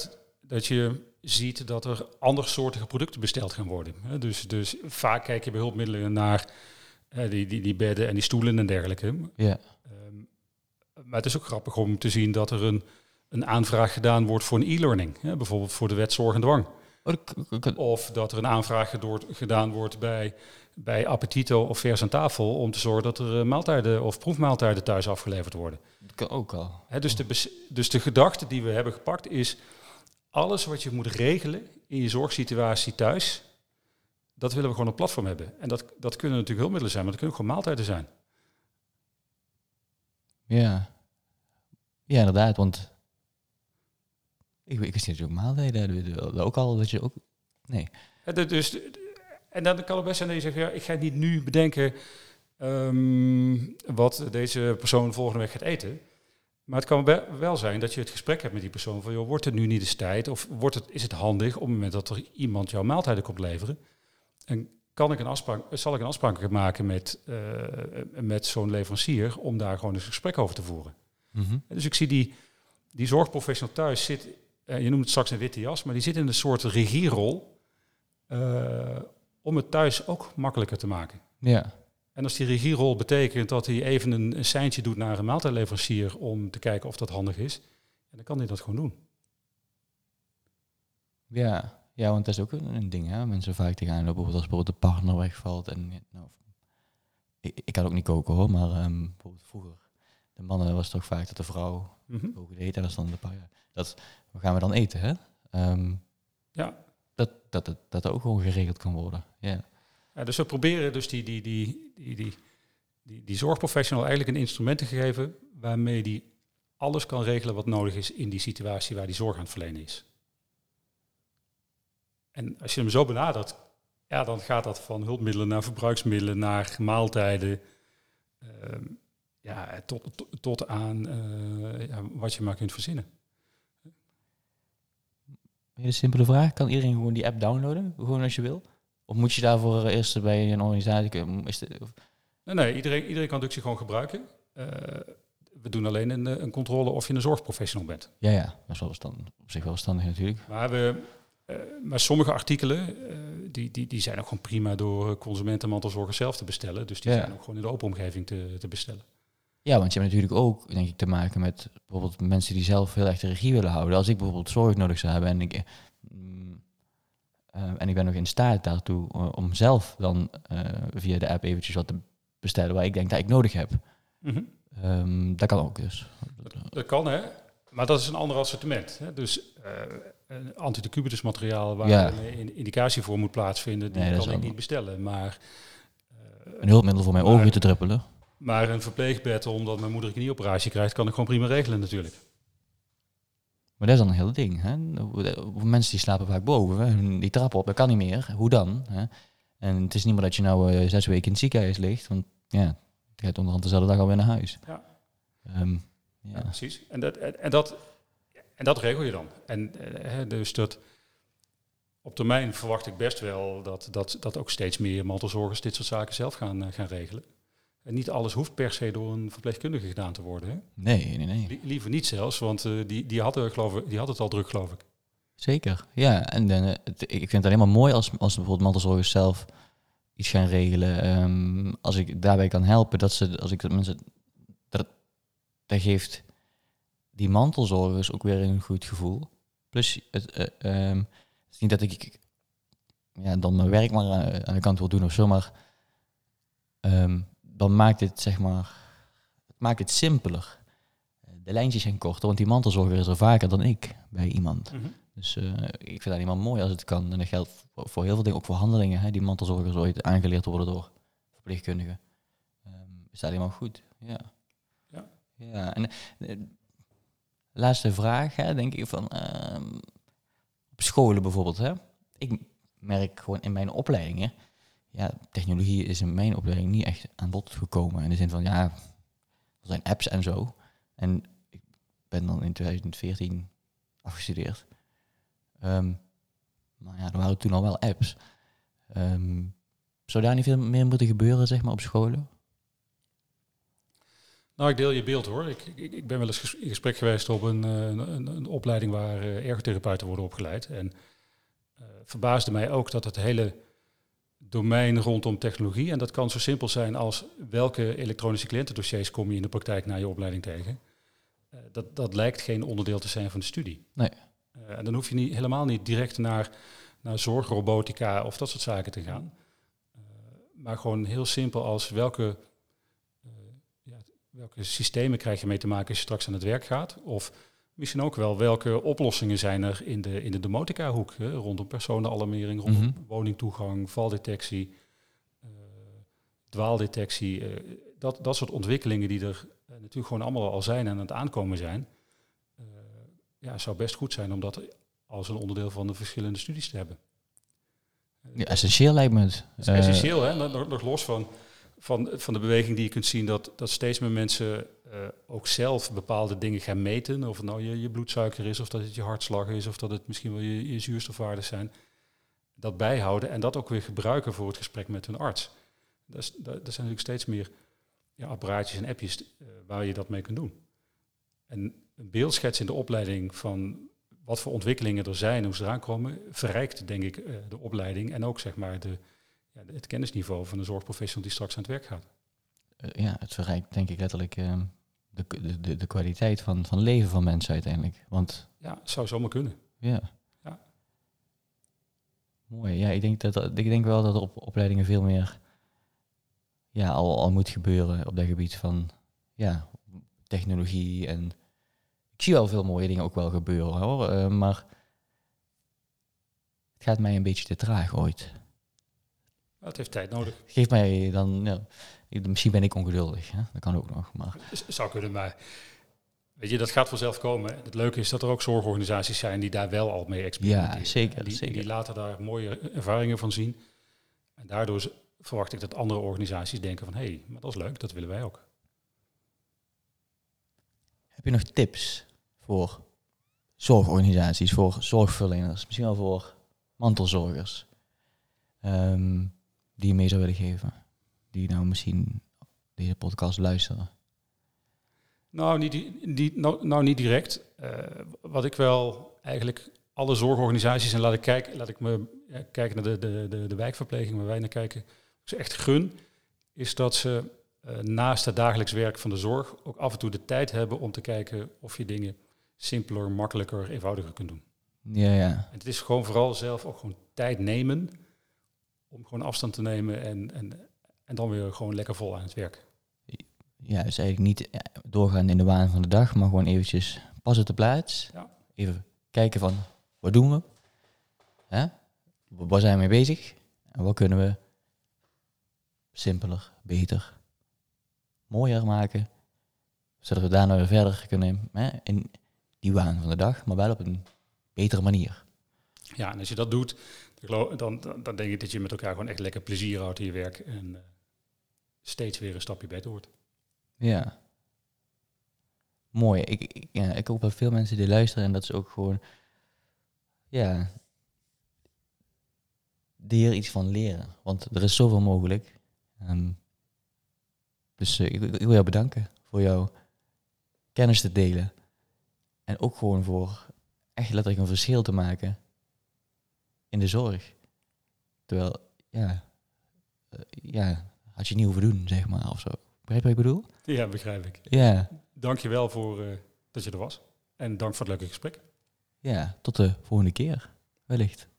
dat je ziet dat er andersoortige producten besteld gaan worden. Hè? Dus, dus vaak kijk je bij hulpmiddelen naar uh, die, die, die bedden en die stoelen en dergelijke. Ja. Um, maar het is ook grappig om te zien dat er een, een aanvraag gedaan wordt voor een e-learning. Hè? Bijvoorbeeld voor de wet zorg en dwang. Oh, ik, ik, Of dat er een aanvraag gedoord, gedaan wordt bij, bij Appetito of Vers aan tafel om te zorgen dat er uh, maaltijden of proefmaaltijden thuis afgeleverd worden. Dat kan ook al. Hè, dus, de bes- dus de gedachte die we hebben gepakt is, alles wat je moet regelen in je zorgsituatie thuis, dat willen we gewoon op platform hebben. En dat, dat kunnen natuurlijk hulpmiddelen zijn, maar dat kunnen ook gewoon maaltijden zijn. Ja. Ja, inderdaad, want ik, ik wist niet dat je ook maaltijden dat ook al, dat je ook... Nee. En, de, dus, en dan kan het best zijn dat je zegt, ja, ik ga niet nu bedenken um, wat deze persoon volgende week gaat eten. Maar het kan wel zijn dat je het gesprek hebt met die persoon van, joh, wordt het nu niet eens tijd? Of wordt het, is het handig op het moment dat er iemand jouw maaltijden komt leveren? En kan ik een afspraak, zal ik een afspraak maken met, uh, met zo'n leverancier om daar gewoon een gesprek over te voeren? Mm-hmm. Dus ik zie die, die zorgprofessional thuis zit, uh, je noemt het straks een witte jas, maar die zit in een soort regierol uh, om het thuis ook makkelijker te maken. Ja. En als die regierol betekent dat hij even een, een seintje doet naar een maaltijdleverancier om te kijken of dat handig is, dan kan hij dat gewoon doen. Ja, ja, want dat is ook een, een ding, hè. Mensen vaak tegenaan lopen, bijvoorbeeld als bijvoorbeeld de partner wegvalt. En, nou, ik, ik kan ook niet koken hoor, maar um, bijvoorbeeld vroeger, de mannen was toch vaak dat de vrouw Mm-hmm. koken deed. En dat is dan de paar, dat, wat gaan we dan eten, hè? Um, ja. Dat, dat, dat, dat ook gewoon geregeld kan worden, ja. Ja, dus we proberen dus die, die, die, die, die, die, die zorgprofessional eigenlijk een instrument te geven waarmee die alles kan regelen wat nodig is in die situatie waar die zorg aan het verlenen is. En als je hem zo benadert, ja, dan gaat dat van hulpmiddelen naar verbruiksmiddelen, naar maaltijden, uh, ja, tot, tot, tot aan uh, ja, wat je maar kunt verzinnen. Een hele simpele vraag, kan iedereen gewoon die app downloaden, gewoon als je wil? Of moet je daarvoor eerst bij een organisatie... Is de, of... Nee, nee iedereen, iedereen kan het gewoon gebruiken. Uh, we doen alleen een, een controle of je een zorgprofessional bent. Ja, ja, dat is wel verstandig, op zich wel verstandig natuurlijk. Maar, we, uh, maar sommige artikelen, uh, die, die, die zijn ook gewoon prima door consumenten en mantelzorgers zelf te bestellen. Dus die ja. zijn ook gewoon in de open omgeving te, te bestellen. Ja, want je hebt natuurlijk ook, denk ik, te maken met bijvoorbeeld mensen die zelf heel erg de regie willen houden. Als ik bijvoorbeeld zorg nodig zou hebben en ik... Mm, Uh, en ik ben nog in staat daartoe uh, om zelf dan uh, via de app eventjes wat te bestellen waar ik denk dat ik nodig heb. Mm-hmm. Um, dat kan ook dus. Dat, dat kan, hè. Maar dat is een ander assortiment. Hè? Dus uh, antidecubitus materiaal waar ja. een indicatie voor moet plaatsvinden, die nee, kan ik niet bestellen. Maar uh, een hulpmiddel voor mijn maar, ogen te druppelen. Maar een verpleegbed, omdat mijn moeder een knieoperatie krijgt, kan ik gewoon prima regelen natuurlijk. Maar dat is dan een heel ding. Hè? Mensen die slapen vaak boven, hè? Die trappen op, dat kan niet meer. Hoe dan? Hè? En het is niet meer dat je nou uh, zes weken in het ziekenhuis ligt, want ja, je gaat onderhand dezelfde dag alweer naar huis. Ja, um, ja. ja precies. En dat, en, en, dat, en dat regel je dan. En uh, dus dat op termijn verwacht ik best wel dat, dat, dat ook steeds meer mantelzorgers dit soort zaken zelf gaan, uh, gaan regelen. En niet alles hoeft per se door een verpleegkundige gedaan te worden. Hè? Nee, nee, nee. Liever niet zelfs, want uh, die, die, had, uh, geloof ik, die had het al druk, geloof ik. Zeker, ja. En uh, het, ik vind het alleen maar mooi als, als bijvoorbeeld mantelzorgers zelf iets gaan regelen. Um, als ik daarbij kan helpen, dat ze, als ik dat mensen, dat, dat geeft die mantelzorgers ook weer een goed gevoel. Plus, het, uh, um, het is niet dat ik ja, dan mijn werk maar aan, aan de kant wil doen of zo, maar um, dan maakt het, zeg maar, het maakt het simpeler. De lijntjes zijn korter, want die mantelzorger is er vaker dan ik bij iemand. Mm-hmm. Dus uh, ik vind dat helemaal mooi als het kan. En dat geldt voor, voor heel veel dingen, ook voor handelingen. Hè, die mantelzorgers ooit aangeleerd worden door verpleegkundigen. Um, is dat helemaal goed. Ja. Ja. Ja. En uh, laatste vraag, hè, denk ik van... Uh, op scholen bijvoorbeeld, hè. Ik merk gewoon in mijn opleidingen... Ja, technologie is in mijn opleiding niet echt aan bod gekomen. In de zin van, ja, er zijn apps en zo. En ik ben dan in twintig veertien afgestudeerd. Um, maar ja, er waren toen al wel apps. Um, zou daar niet veel meer moeten gebeuren, zeg maar, op scholen? Nou, ik deel je beeld hoor. Ik, ik, ik ben wel eens ges- in gesprek geweest op een, uh, een, een opleiding waar uh, ergotherapeuten worden opgeleid. En uh, verbaasde mij ook dat het hele domein rondom technologie, en dat kan zo simpel zijn als welke elektronische cliëntendossiers kom je in de praktijk na je opleiding tegen. Uh, dat, dat lijkt geen onderdeel te zijn van de studie. Nee. Uh, en dan hoef je niet, helemaal niet direct naar, naar zorgrobotica of dat soort zaken te gaan. Uh, maar gewoon heel simpel als welke, uh, ja, welke systemen krijg je mee te maken als je straks aan het werk gaat. Of misschien ook wel welke oplossingen zijn er in de, in de domotica-hoek. Hè, rondom personenalarmering, rondom Mm-hmm. woningtoegang, valdetectie, uh, dwaaldetectie. Uh, dat, dat soort ontwikkelingen die er uh, natuurlijk gewoon allemaal al zijn en aan het aankomen zijn. Uh, ja, zou best goed zijn om dat als een onderdeel van de verschillende studies te hebben. Ja, essentieel lijkt me het. Het is essentieel, hè? Nog, nog los van, van, van de beweging die je kunt zien dat, dat steeds meer mensen uh, ook zelf bepaalde dingen gaan meten. Of het nou je, je bloedsuiker is, of dat het je hartslag is, of dat het misschien wel je, je zuurstofwaarden zijn. Dat bijhouden en dat ook weer gebruiken voor het gesprek met hun arts. Dat, is, dat, dat zijn natuurlijk steeds meer ja, apparaatjes en appjes uh, waar je dat mee kunt doen. En een beeldschets in de opleiding van wat voor ontwikkelingen er zijn, hoe ze eraan komen, verrijkt denk ik uh, de opleiding en ook zeg maar de, ja, het kennisniveau van de zorgprofessional die straks aan het werk gaat. Uh, ja, het verrijkt denk ik letterlijk uh, de, de, de, de kwaliteit van, van leven van mensen uiteindelijk. Want ja, het zou zomaar kunnen. Ja. ja. Mooi. Ja, ik denk, dat, ik denk wel dat er op opleidingen veel meer ja, al, al moet gebeuren op dat gebied van ja, technologie. En ik zie wel veel mooie dingen ook wel gebeuren hoor, uh, maar het gaat mij een beetje te traag ooit. Ja, het heeft tijd nodig. Geef mij dan, ja, misschien ben ik ongeduldig, hè? Dat kan ook nog. Maar het zou kunnen, maar weet je, dat gaat vanzelf komen. Het leuke is dat er ook zorgorganisaties zijn die daar wel al mee experimenteren. Ja, zeker. Die, zeker. die laten daar mooie ervaringen van zien. En daardoor verwacht ik dat andere organisaties denken van, hé, hey, maar dat is leuk, dat willen wij ook. Heb je nog tips voor zorgorganisaties, voor zorgverleners, misschien wel voor mantelzorgers, um, die je mee zou willen geven? Die nou misschien deze podcast luisteren? Nou, niet, niet, nou, nou niet direct. Uh, wat ik wel eigenlijk alle zorgorganisaties, en laat ik, kijken, laat ik me ja, kijken naar de, de, de, de wijkverpleging waar wij naar kijken, ze echt gun, is dat ze uh, naast het dagelijks werk van de zorg ook af en toe de tijd hebben om te kijken of je dingen simpeler, makkelijker, eenvoudiger kunt doen. Ja, ja. En het is gewoon vooral zelf ook gewoon tijd nemen om gewoon afstand te nemen en, en, en dan weer gewoon lekker vol aan het werk. Ja, dus eigenlijk niet doorgaan in de waan van de dag, maar gewoon eventjes pas op de plaats. Ja. Even kijken van, wat doen we? Hè? Waar zijn we mee bezig? En wat kunnen we simpeler, beter, mooier maken? Zodat we daarna weer verder kunnen hè, in die waan van de dag, maar wel op een betere manier. Ja, en als je dat doet, dan, dan, dan denk ik dat je met elkaar gewoon echt lekker plezier houdt in je werk en uh, steeds weer een stapje beter wordt. Ja. Mooi. Ik, ik, ja, ik hoop dat veel mensen die luisteren en dat ze ook gewoon, ja, hier iets van leren. Want er is zoveel mogelijk. Um, dus uh, ik, ik wil jou bedanken voor jouw kennis te delen. En ook gewoon voor echt letterlijk een verschil te maken in de zorg. Terwijl, ja, uh, ja, had je niet hoeven doen, zeg maar, of zo. Begrijp je wat ik bedoel? Ja, begrijp ik. Ja. Dank je wel voor uh, dat je er was. En dank voor het leuke gesprek. Ja, tot de volgende keer. Wellicht.